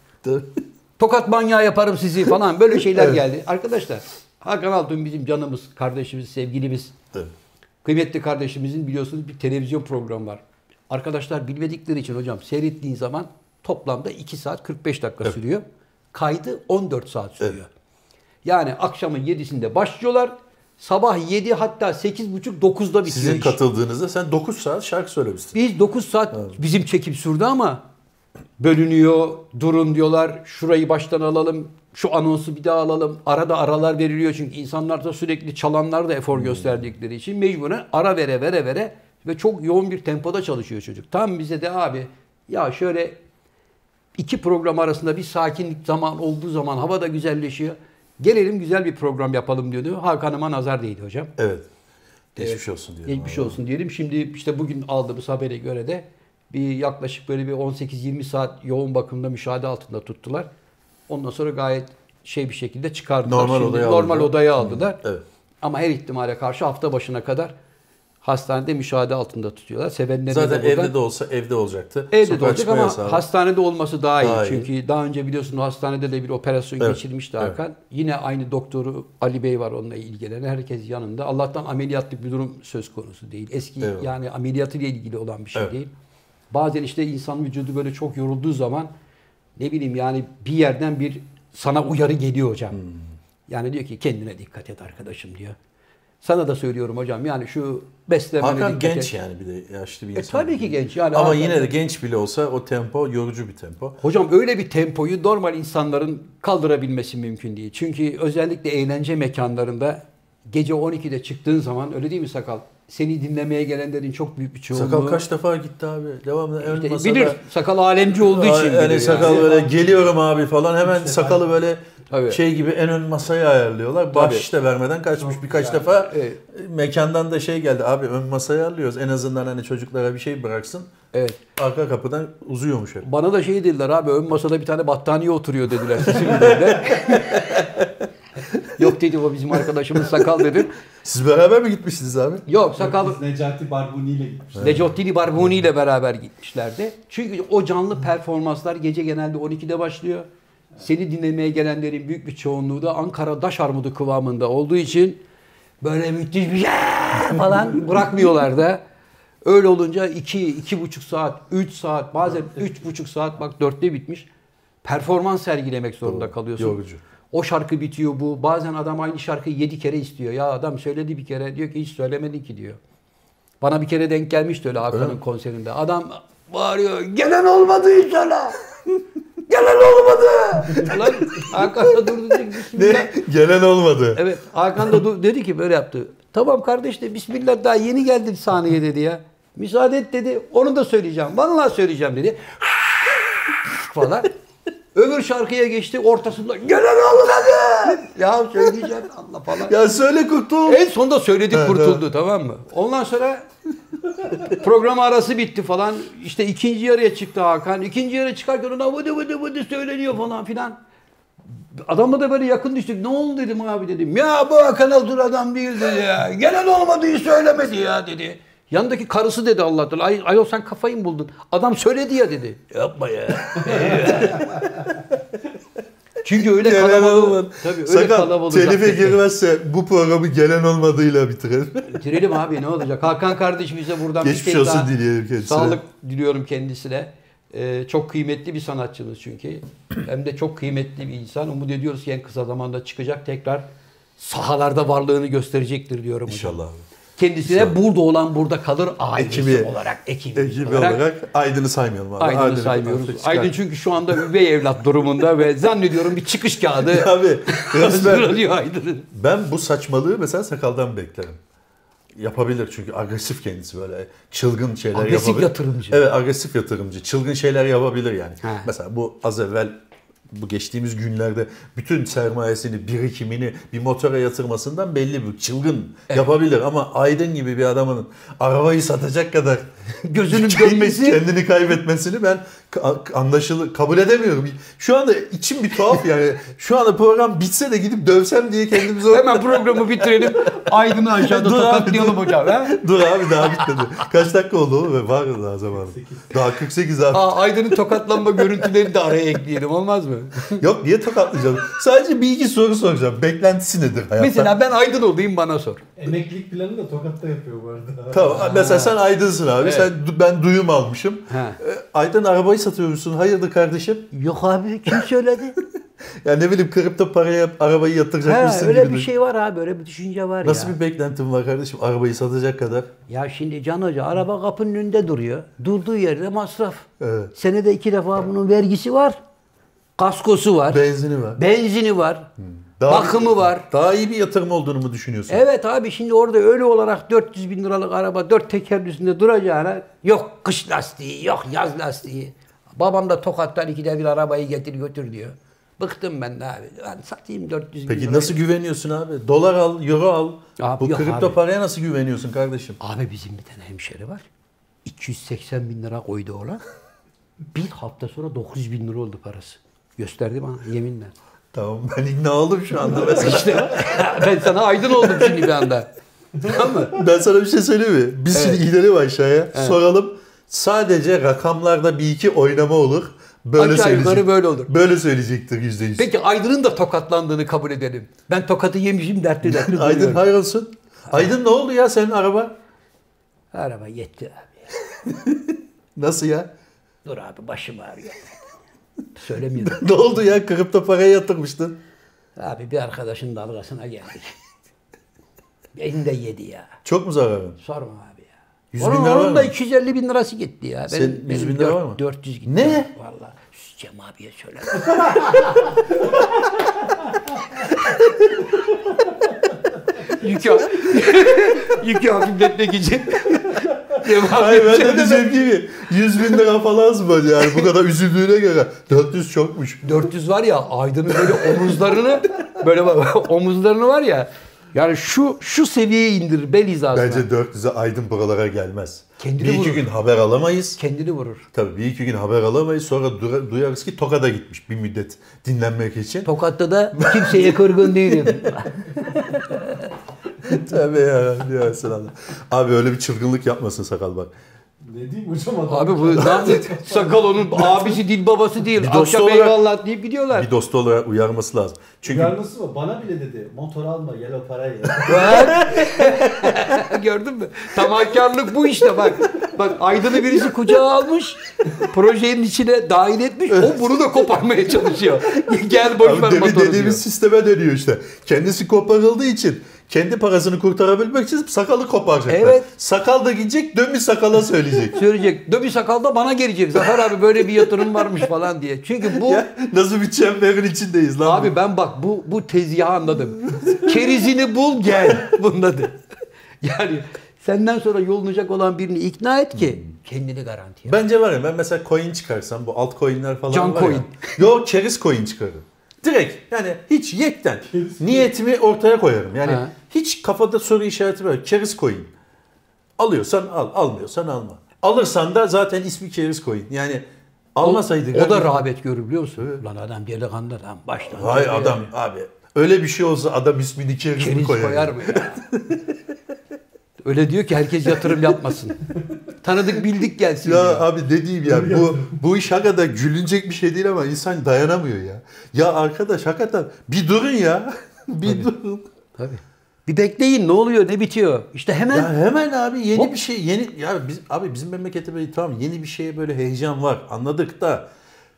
Tokat manyağı yaparım sizi falan. Böyle şeyler geldi. Arkadaşlar Hakan Altun bizim canımız, kardeşimiz, sevgilimiz. Evet. Kıymetli kardeşimizin biliyorsunuz bir televizyon programı var. Arkadaşlar bilmedikleri için hocam seyrettiğin zaman toplamda 2 saat 45 dakika sürüyor. Kaydı 14 saat sürüyor. Evet. Yani akşamın 7'sinde başlıyorlar. Sabah 7 hatta 8.30-9'da bitiyor. Sizin katıldığınızda sen 9 saat şarkı söylemişsin. Biz 9 saat bizim çekim sürdü ama bölünüyor, durun diyorlar. Şurayı baştan alalım, şu anonsu bir daha alalım. Arada aralar veriliyor çünkü insanlar da sürekli çalanlar da efor gösterdikleri için mecburen ara vere ve çok yoğun bir tempoda çalışıyor çocuk. Tam bize de abi ya şöyle 2 program arasında bir sakinlik zaman olduğu zaman hava da güzelleşiyor. Gelelim güzel bir program yapalım diyordu. Hakan'ıma nazar değdi hocam. Evet. Geçmiş olsun diyelim. Geçmiş olsun diyelim. Şimdi işte bugün aldığımız habere göre de bir yaklaşık böyle bir 18-20 saat yoğun bakımda müşahede altında tuttular. Ondan sonra gayet bir şekilde çıkardılar. Normal odaya aldılar. Evet. Ama her ihtimale karşı hafta başına kadar hastanede müşahede altında tutuyorlar. Sevenleri zaten de evde de olsa evde olacaktı. Evde de olacak ama hastanede olması daha iyi. Çünkü daha önce biliyorsun hastanede de bir operasyon geçirmişti Hakan. Evet. Yine aynı doktoru Ali Bey var onunla ilgilenen. Herkes yanında. Allah'tan ameliyatlık bir durum söz konusu değil. Eski yani ameliyatıyla ilgili olan bir şey değil. Bazen işte insan vücudu böyle çok yorulduğu zaman ne bileyim yani bir yerden bir sana uyarı geliyor hocam. Yani diyor ki kendine dikkat et arkadaşım diyor. Sana da söylüyorum hocam yani şu beslemene Hakan genç yani bir de yaşlı bir insan. Tabii ki genç. Yani ama yine de genç bile olsa o tempo yorucu bir tempo. Hocam öyle bir tempoyu normal insanların kaldırabilmesi mümkün değil. Çünkü özellikle eğlence mekanlarında gece 12'de çıktığın zaman öyle değil mi sakal? Seni dinlemeye gelenlerin çok büyük bir çoğunluğu. Sakal kaç defa gitti abi? Devamlı ön masada. Bilir. Sakal alemci olduğu için bilir. Yani sakal böyle geliyorum abi falan hemen sakalı böyle gibi en ön masaya ayarlıyorlar. Bahşiş de vermeden kaçmış birkaç defa. Mekandan da geldi abi ön masaya ayarlıyoruz. En azından hani çocuklara bir şey bıraksın. Evet. Arka kapıdan uzuyormuş hep. Bana da dediler abi ön masada bir tane battaniye oturuyor dediler. Dediler. Yok dedi o bizim arkadaşımız sakal dedi. Siz beraber mi gitmiştiniz abi? Yok sakal. Biz Necati Barbuni ile gitmişler. Necati Barbuni ile beraber gitmişlerdi. Çünkü o canlı performanslar gece genelde 12'de başlıyor. Seni dinlemeye gelenlerin büyük bir çoğunluğu da Ankara daş armudu kıvamında olduğu için böyle müthiş bir falan bırakmıyorlar da. Öyle olunca 2,5 saat, 3 saat, bazen 3,5 saat bak 4'te bitmiş. Performans sergilemek zorunda kalıyorsun. Yorucu. O şarkı bitiyor bu. Bazen adam aynı şarkıyı 7 kere istiyor. Ya adam söyledi bir kere. Diyor ki hiç söylemedin ki diyor. Bana bir kere denk gelmişti öyle Hakan'ın konserinde. Adam bağırıyor. Gelen olmadı inşallah. Gelen olmadı. Lan Hakan da durdu dedi. Ne? Gelen olmadı. Evet. Hakan da dedi ki böyle yaptı. Tamam kardeş de bismillah daha yeni geldin sahneye dedi ya. Müsaade et dedi. Onu da söyleyeceğim. Vallahi söyleyeceğim dedi. Falan. Öbür şarkıya geçti ortasında gelen olmadı. Ya söyleyeceğim Allah falan. Ya söyle kurtul. En sonunda söyledik kurtuldu tamam mı? Ondan sonra program arası bitti falan. İşte ikinci yarıya çıktı Hakan. İkinci yarıya çıkarken ona vıdı söyleniyor falan filan. Adamla da böyle yakın düştük. Ne oldu dedim abi dedim. Ya bu Hakan Altun adam değil dedi ya. Gelen olmadığı söylemedi ya dedi. Yanındaki karısı dedi Allah'tan. Ayol sen kafayı mı buldun? Adam söyledi ya dedi. Yapma ya. Çünkü öyle kalabalık. Tabii öyle kalabalık. Telife girmezse bu programı gelen olmadığıyla bitirelim. Bitirelim abi ne olacak? Hakan kardeşimize buradan geçmiş bir olsun dileyelim kendisine. Sağlık diliyorum kendisine. Çok kıymetli bir sanatçımız çünkü. Hem de çok kıymetli bir insan. Umut ediyoruz ki en kısa zamanda çıkacak. Tekrar sahalarda varlığını gösterecektir diyorum. İnşallah abi. Kendisine İnşallah. Burada olan burada kalır ailesi olarak, ekibi olarak Aydın'ı saymayalım abi. Aydın'ı saymıyoruz. Aydın çünkü şu anda üvey evlat durumunda ve zannediyorum bir çıkış kağıdı abi, hazırlanıyor Aydın'ın. Ben bu saçmalığı mesela Sakal'dan beklerim. Yapabilir çünkü agresif kendisi böyle çılgın şeyler agresif yapabilir. Agresif yatırımcı. Evet agresif yatırımcı. Çılgın şeyler yapabilir yani. Mesela bu az evvel bu geçtiğimiz günlerde bütün sermayesini, birikimini bir motora yatırmasından belli bir çılgın yapabilir. Ama Aydın gibi bir adamın arabayı satacak kadar gözünün dönmesi, kendini kaybetmesini ben kabul edemiyorum. Şu anda içim bir tuhaf yani. Şu anda program bitse de gidip dövsem diye kendimi zor. Hemen programı bitirelim. Aydın'ı aşağıda tokatlayalım hocam. Dur abi daha bitmedi. Kaç dakika oldu oğlum? Var daha zaman. Daha 48 abi. Aydın'ın tokatlanma görüntülerini de araya ekleyelim. Olmaz mı? Yok niye tokatlayacağım? Sadece bir iki soru soracağım. Beklentisi nedir hayatta? Mesela ben Aydın olayım bana sor. Emeklilik planı da Tokat'ta yapıyor bu arada. Tamam. Mesela sen Aydın'sın abi. Evet. Ben duyum almışım. Aydın arabayı satıyor musun? Hayırdır kardeşim? Yok abi kim söyledi? Ya ne bileyim kırıp da paraya arabayı yatıracakmışsın gibi. Öyle bir şey var abi. Öyle bir düşünce var. Nasıl bir beklentin var kardeşim arabayı satacak kadar? Ya şimdi Can Hoca araba kapının önünde duruyor. Durduğu yerde masraf. Evet. Senede 2 defa bunun vergisi var. Kaskosu var. Benzini var. Bakımı var. Daha iyi bir yatırım olduğunu mu düşünüyorsun? Evet abi şimdi orada öyle olarak 400 bin liralık araba 4 tekerin üstünde duracağına yok kış lastiği yok yaz lastiği. Babam da Tokat'tan 2'de bir arabayı getir götür diyor. Bıktım ben de abi. Ben satayım 400 bin Peki lirayı. nasıl güveniyorsun abi? Dolar al, euro al. Abi bu kripto paraya nasıl güveniyorsun kardeşim? Abi bizim bir tane hemşeri var. 280 bin lira koydu ona. Bir hafta sonra 900 bin lira oldu parası. Gösterdi bana yeminle. Tamam ben ikna oldum şu anda mesela. İşte ben sana aydın oldum şimdi bir anda. Tamam mı? Ben sana bir şey söyleyeyim mi? Biz şimdi inelim aşağıya soralım. Sadece rakamlarda bir iki oynama olur. Böyle aşağı yukarı böyle olur. Böyle söyleyecektir %100. Peki Aydın'ın da tokatlandığını kabul edelim. Ben tokatı yemişim dertli Aydın hayır olsun. Aydın ne oldu ya senin araba? Araba yetti abi. Nasıl ya? Dur abi başım ağrıyor. Söylemiyorum. Ne oldu ya? Kripto paraya yatırmıştın. Abi bir arkadaşın dalgasına geldik. Beni de yedi ya. Çok mu zararın? Sorma abi ya. 100 bin lira var mı? Onun da 250 bin lirası gitti ya. Senin 100 bin lira var mı? 400 gitti. Ne? Vallahi. Cem abiye söyle. Yükü hafifletmek için. Hayır ben de diyeceğim gibi 100 bin lira falan mı yani bu kadar üzüldüğüne göre 400 çokmuş. 400 var ya Aydın'ın böyle omuzlarını var ya yani şu seviyeye indir bel hizasına. Bence 400'e Aydın buralara gelmez. Kendini bir iki vurur. gün haber alamayız. Kendini vurur. Tabii bir iki gün haber alamayız sonra duyarız ki Tokat'a gitmiş bir müddet dinlenmek için. Tokat'ta da kimseye kırgın değilim. Tabii ya selam. Abi öyle bir çılgınlık yapmasın Sakal bak. Ne diyeyim hocam adam? Abi bu Sakal onun abisi değil babası değil. Bir dostu akşam olarak, eyvallah deyip gidiyorlar. Bir dostu olarak uyarması lazım. Çünkü uyarması mı? Bana bile dedi. Motor alma gel o parayı. Gördün mü? Tamahkarlık bu işte bak. Bak Aydın'ı birisi kucağa almış. Projenin içine dahil etmiş. O bunu da koparmaya çalışıyor. Gel boş ver motoru dediğimiz diyor. sisteme dönüyor işte. Kendisi koparıldığı için kendi parasını kurtarabilmek için sakalı koparacaklar. Evet. Sakal da gidecek dönmüş sakala söyleyecek. Söyleyecek. Döbi sakal da bana gelecek. Zafer abi böyle bir yatırım varmış falan diye. Çünkü bu Ya, nasıl bir çemberin içindeyiz lan? abi ben bak bu tezgahı anladım. Kerizini bul gel. Bunun adı. Yani senden sonra yolunacak olan birini ikna et ki kendini garantiye. Bence var ya ben mesela coin çıkarsam bu altcoin'ler falan Can var coin. ya. Yok keriz coin çıkarırım. Direkt yani hiç yekten niyetimi ortaya koyarım. Yani hiç kafada soru işareti var. Keriz coin. Alıyorsan al, almıyorsan alma. Alırsan da zaten ismi keriz coin. Yani almasaydın. O da rağbet görür biliyor musun? Lan adam delikanlı adam baştan. Vay adam abi. Öyle bir şey olsa adam ismini keriz Keriz koyar. koyar mı ya? Öyle diyor ki herkes yatırım yapmasın. Tanıdık bildik gelsin ya diyor. abi dediğim ya bu iş hakikaten gülünecek bir şey değil ama insan dayanamıyor ya. Ya arkadaş hakikaten bir durun ya. Bir durun. Tabii. Bir bekleyin ne oluyor ne bitiyor. İşte hemen. Ya hemen abi yeni bir şey bizim memlekette böyle tamam yeni bir şeye böyle heyecan var anladık da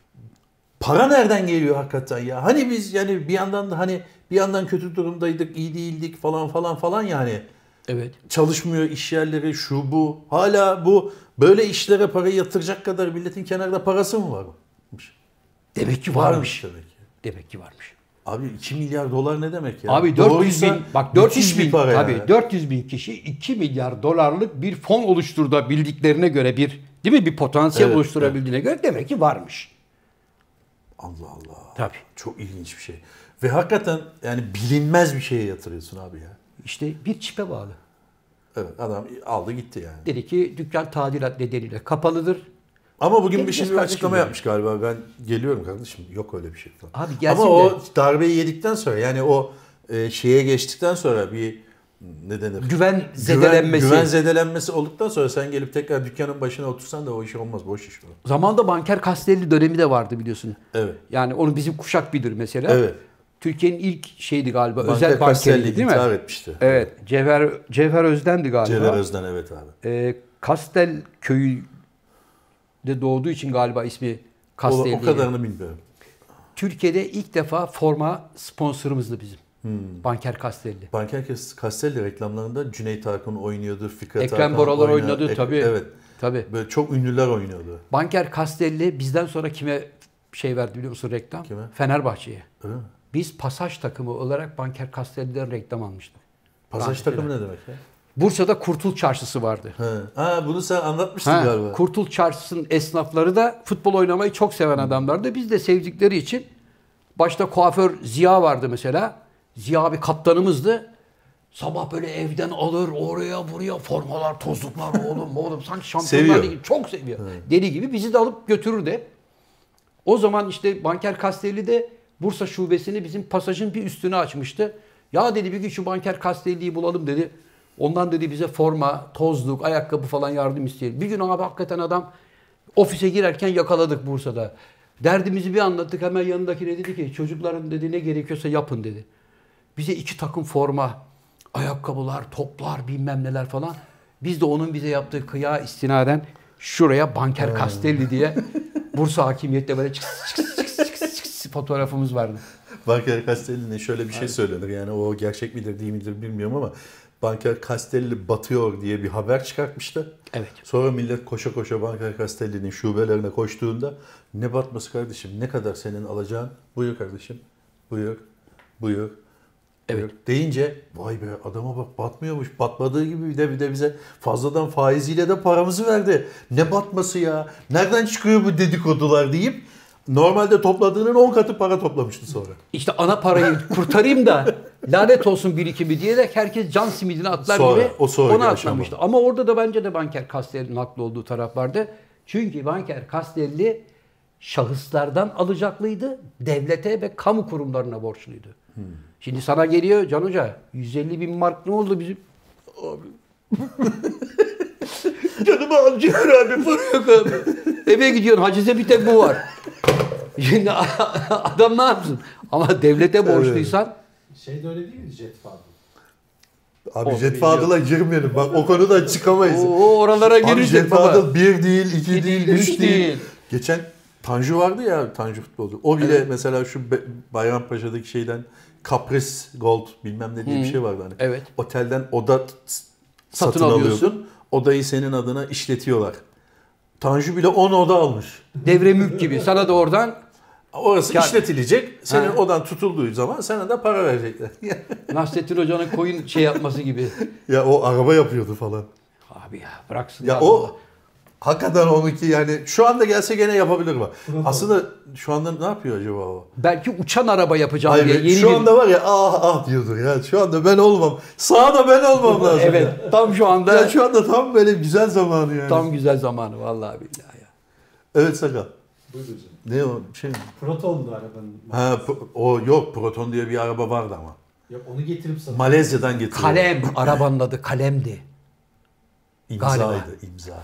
para nereden geliyor hakikaten ya? Hani biz yani bir yandan kötü durumdaydık, iyi değildik falan yani. Evet. Çalışmıyor iş yerleri şu bu. Hala bu böyle işlere parayı yatıracak kadar milletin kenarda parası mı varmış? Demek ki varmış. Demek ki. Demek ki varmış. Abi 2 milyar dolar ne demek ya? Abi 400 bin, bak 400 bin, para tabii yani. 400 bin kişi 2 milyar dolarlık bir fon oluşturabildiklerine göre değil mi bir potansiyel oluşturabildiğine göre demek ki varmış. Allah Allah. Tabii. Çok ilginç bir şey. Ve hakikaten yani bilinmez bir şeye yatırıyorsun abi ya. İşte bir çipe bağlı. Evet adam aldı gitti yani. Dedi ki dükkan tadilat nedeniyle kapalıdır. Ama bugün bir açıklama yapmış galiba. Ben geliyorum kardeşim. Yok öyle bir şey falan. Abi gelsin ama de. o darbeyi yedikten sonra yani o şeye geçtikten sonra bir ne denir? Güven zedelenmesi olduktan sonra sen gelip tekrar dükkanın başına otursan da o iş olmaz. Boş iş o. Zamanında Banker Castelli dönemi de vardı biliyorsun. Evet. Yani onu bizim kuşak bilir mesela. Evet. Türkiye'nin ilk şeydi galiba. Özel bankeriydi değil mi? intihar etmişti. Evet. Cevher Özden'di galiba. Cevher Özden evet abi. Kastel köyü de doğduğu için galiba ismi Castelli. O kadarını bilmiyorum. Türkiye'de ilk defa forma sponsorumuzdu bizim. Banker Castelli. Banker Castelli reklamlarında Cüneyt Arkın oynuyordu, Fikret Ekrem Arkan Boralar oynadı tabii. Evet. Tabii. Böyle çok ünlüler oynuyordu. Banker Castelli bizden sonra kime şey verdi biliyor musun reklam? Kime? Fenerbahçe'ye. Öyle mi? Biz pasaj takımı olarak Banker Castelli'den reklam almıştık. Pasaj takımı ne demek ya? Bursa'da Kurtul Çarşısı vardı. Bunu sen anlatmıştın galiba. Kurtul Çarşısı'nın esnafları da futbol oynamayı çok seven adamlardı. Biz de sevdikleri için başta kuaför Ziya vardı mesela. Ziya abi kaptanımızdı. Sabah böyle evden alır oraya buraya formalar tozluklar oğlum sanki Şampiyonlar Ligi çok seviyor. Deli gibi bizi de alıp götürürdü. O zaman işte Banker Castelli de Bursa şubesini bizim pasajın bir üstüne açmıştı. Ya dedi bir gün şu Banker Castelli'yi bulalım dedi. Ondan dedi bize forma, tozluk, ayakkabı falan yardım isteyelim. Bir gün abi hakikaten adam ofise girerken yakaladık Bursa'da. Derdimizi bir anlattık hemen yanındakine dedi ki çocukların dedi ne gerekiyorsa yapın dedi. Bize 2 takım forma, ayakkabılar, toplar bilmem neler falan. Biz de onun bize yaptığı kıya istinaden şuraya Banker Castelli diye Bursa hakimiyette böyle çıks fotoğrafımız vardı. Banker Castelli'ne şöyle bir şey söylenir. Yani o gerçek midir değil midir bilmiyorum ama Banker Castelli batıyor diye bir haber çıkartmıştı. Evet. Sonra millet koşa koşa Banker Castelli'nin şubelerine koştuğunda ne batması kardeşim ne kadar senin alacağın buyur kardeşim buyur. Evet. Deyince vay be adama bak batmıyormuş. Batmadığı gibi bir de bize fazladan faiziyle de paramızı verdi. Ne batması ya? Nereden çıkıyor bu dedikodular deyip normalde topladığının 10 katı para toplamıştı sonra. İşte ana parayı kurtarayım da lanet olsun birikimi diyerek herkes can simidine atlar sonra, gibi onu atlamıştı. Ama orada da bence de Banker Castelli'nin haklı olduğu taraf vardı. Çünkü Banker Castelli şahıslardan alacaklıydı. Devlete ve kamu kurumlarına borçluydu. Şimdi sana geliyor Can Hoca 150 bin mark ne oldu bizim? Abi. Canımı acıyor abi para yok abi. Eve gidiyorsun hacize bir tek bu var. Şimdi adam ne yapsın? Ama devlete borçluysan. Şey de öyle değil mi Jet Fadıl? Abi Jet Fadıl'a girmeyelim. Bak o konudan çıkamayız. O oralara girecek Jet Fadıl 1 değil, 2 değil, 3 değil. Geçen Tanju vardı ya Tanju futbolcu. O bile mesela şu Bayrampaşa'daki şeyden Kapris Gold bilmem ne diye bir şey vardı hani. Evet. Otelden oda satın alıyordun. Odayı senin adına işletiyorlar. Tanju bile 10 oda almış. Devre mülk gibi. Sana da oradan orası işletilecek. Senin odan tutulduğu zaman sana da para verecekler. Nasrettin Hoca'nın koyun şey yapması gibi. Ya o araba yapıyordu falan. Abi ya bıraksın. Ya o hakikaten onunki yani şu anda gelse gene yapabilir mi? Aslında şu anda ne yapıyor acaba o? Belki uçan araba yapacağım diye. Yeni şu anda var ya diyordur ya. Şu anda ben olmam. Sağda ben olmam lazım. Evet. Ya. Tam şu anda. Ya şu anda tam böyle güzel zamanı yani. Tam güzel zamanı vallahi billahi ya. Evet Sakal. Buyur hocam. Ne o şey mi? Proton'du arabanın. O yok Proton diye bir araba vardı ama. Yok onu getirip sana. Malezya'dan getiriyor. Kalem arabanın adı Kalem'di. İmza.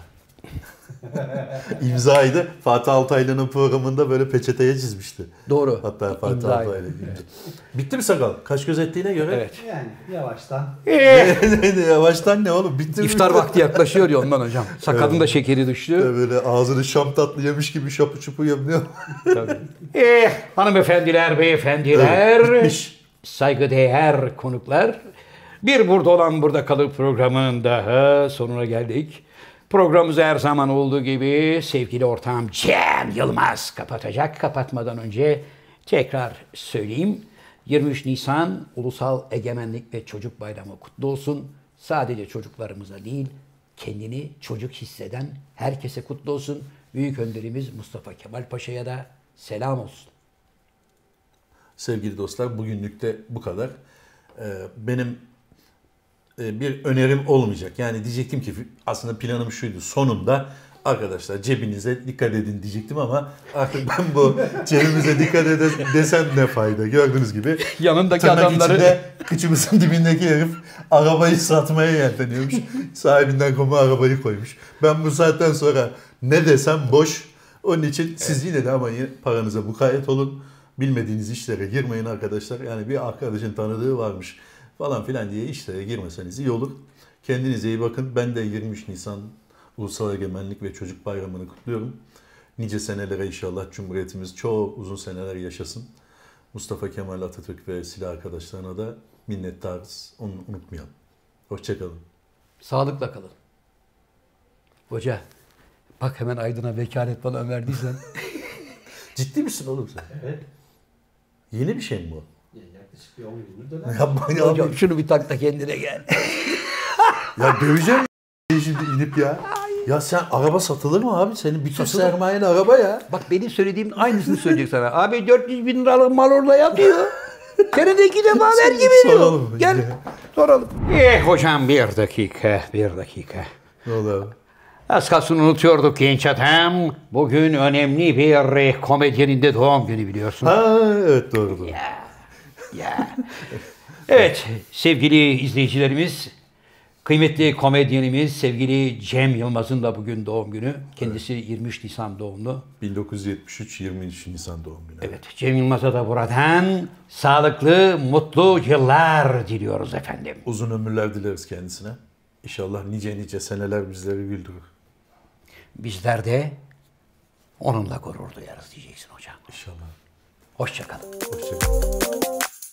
İmzaydı. Fatih Altaylı'nın programında böyle peçeteye çizmişti. Doğru. Hatta Fatih Altaylı. Evet. Bitti mi sakal? Kaş göz ettiğine göre. Evet. Yani yavaştan. Yavaştan ne oğlum? Bitti mi? İftar vakti yaklaşıyor ya ondan hocam. Sakalın da şekeri düştü. Böyle ağzını şam tatlı yemiş gibi şapı çupu yapıyor. Tabii. Hanımefendiler, beyefendiler, evet, saygıdeğer konuklar. Bir Burada Olan Burada Kalır programının daha sonuna geldik. Programımızı her zaman olduğu gibi sevgili ortağım Cem Yılmaz kapatacak. Kapatmadan önce tekrar söyleyeyim. 23 Nisan Ulusal Egemenlik ve Çocuk Bayramı kutlu olsun. Sadece çocuklarımıza değil, kendini çocuk hisseden herkese kutlu olsun. Büyük önderimiz Mustafa Kemal Paşa'ya da selam olsun. Sevgili dostlar, bugünlük de bu kadar. Benim bir önerim olmayacak. Yani diyecektim ki aslında planım şuydu. Sonunda arkadaşlar cebinize dikkat edin diyecektim ama artık ben bu cebimize dikkat edin desem ne fayda. Gördüğünüz gibi yanındaki adamları içinde kıçımızın dibindeki herif arabayı satmaya yelteniyormuş. Sahibinden koma arabayı koymuş. Ben bu saatten sonra ne desem boş. Onun için siz yine de ama paranıza mukayyet olun. Bilmediğiniz işlere girmeyin arkadaşlar. Yani bir arkadaşın tanıdığı varmış falan filan diye işlere girmeseniz iyi olur. Kendinize iyi bakın. Ben de 23 Nisan Ulusal Egemenlik ve Çocuk Bayramı'nı kutluyorum. Nice senelere inşallah Cumhuriyetimiz çok uzun seneler yaşasın. Mustafa Kemal Atatürk ve silah arkadaşlarına da minnettarız. Onu unutmayalım. Hoşçakalın. Sağlıkla kalın. Hoca, bak hemen Aydın'a vekalet bana verdiysen. Ciddi misin oğlum sen? Evet. Yeni bir şey mi bu? Yaklaşık bir 10 gündür dönem. Yapma ya. Hocam şunu bir tak da kendine gel. Ya döveceğim şimdi inip ya. Ya sen araba satılır mı abi? Senin bütün sermayen araba ya. Bak benim söylediğimin aynısını söyleyecek sana. Abi 400 bin liralık mal orada yatıyor. Senede 2 defa vergi veriyor. Soralım. Gel soralım. Hocam bir dakika. Ne oldu abi? Az kalsın unutuyorduk genç adam. Bugün önemli bir komedyenin de doğum günü biliyorsun. Ha evet doğru. Ya. Evet sevgili izleyicilerimiz, kıymetli komedyenimiz sevgili Cem Yılmaz'ın da bugün doğum günü. Kendisi 23 Nisan doğumlu. 1973 23 Nisan doğum günü. Evet, Cem Yılmaz'a da buradan sağlıklı, mutlu yıllar diliyoruz efendim. Uzun ömürler dileriz kendisine. İnşallah nice seneler bizleri güldürür. Bizler de onunla gurur duyarız diyeceksin hocam. İnşallah. Hoşça kalın. Hoşça kalın.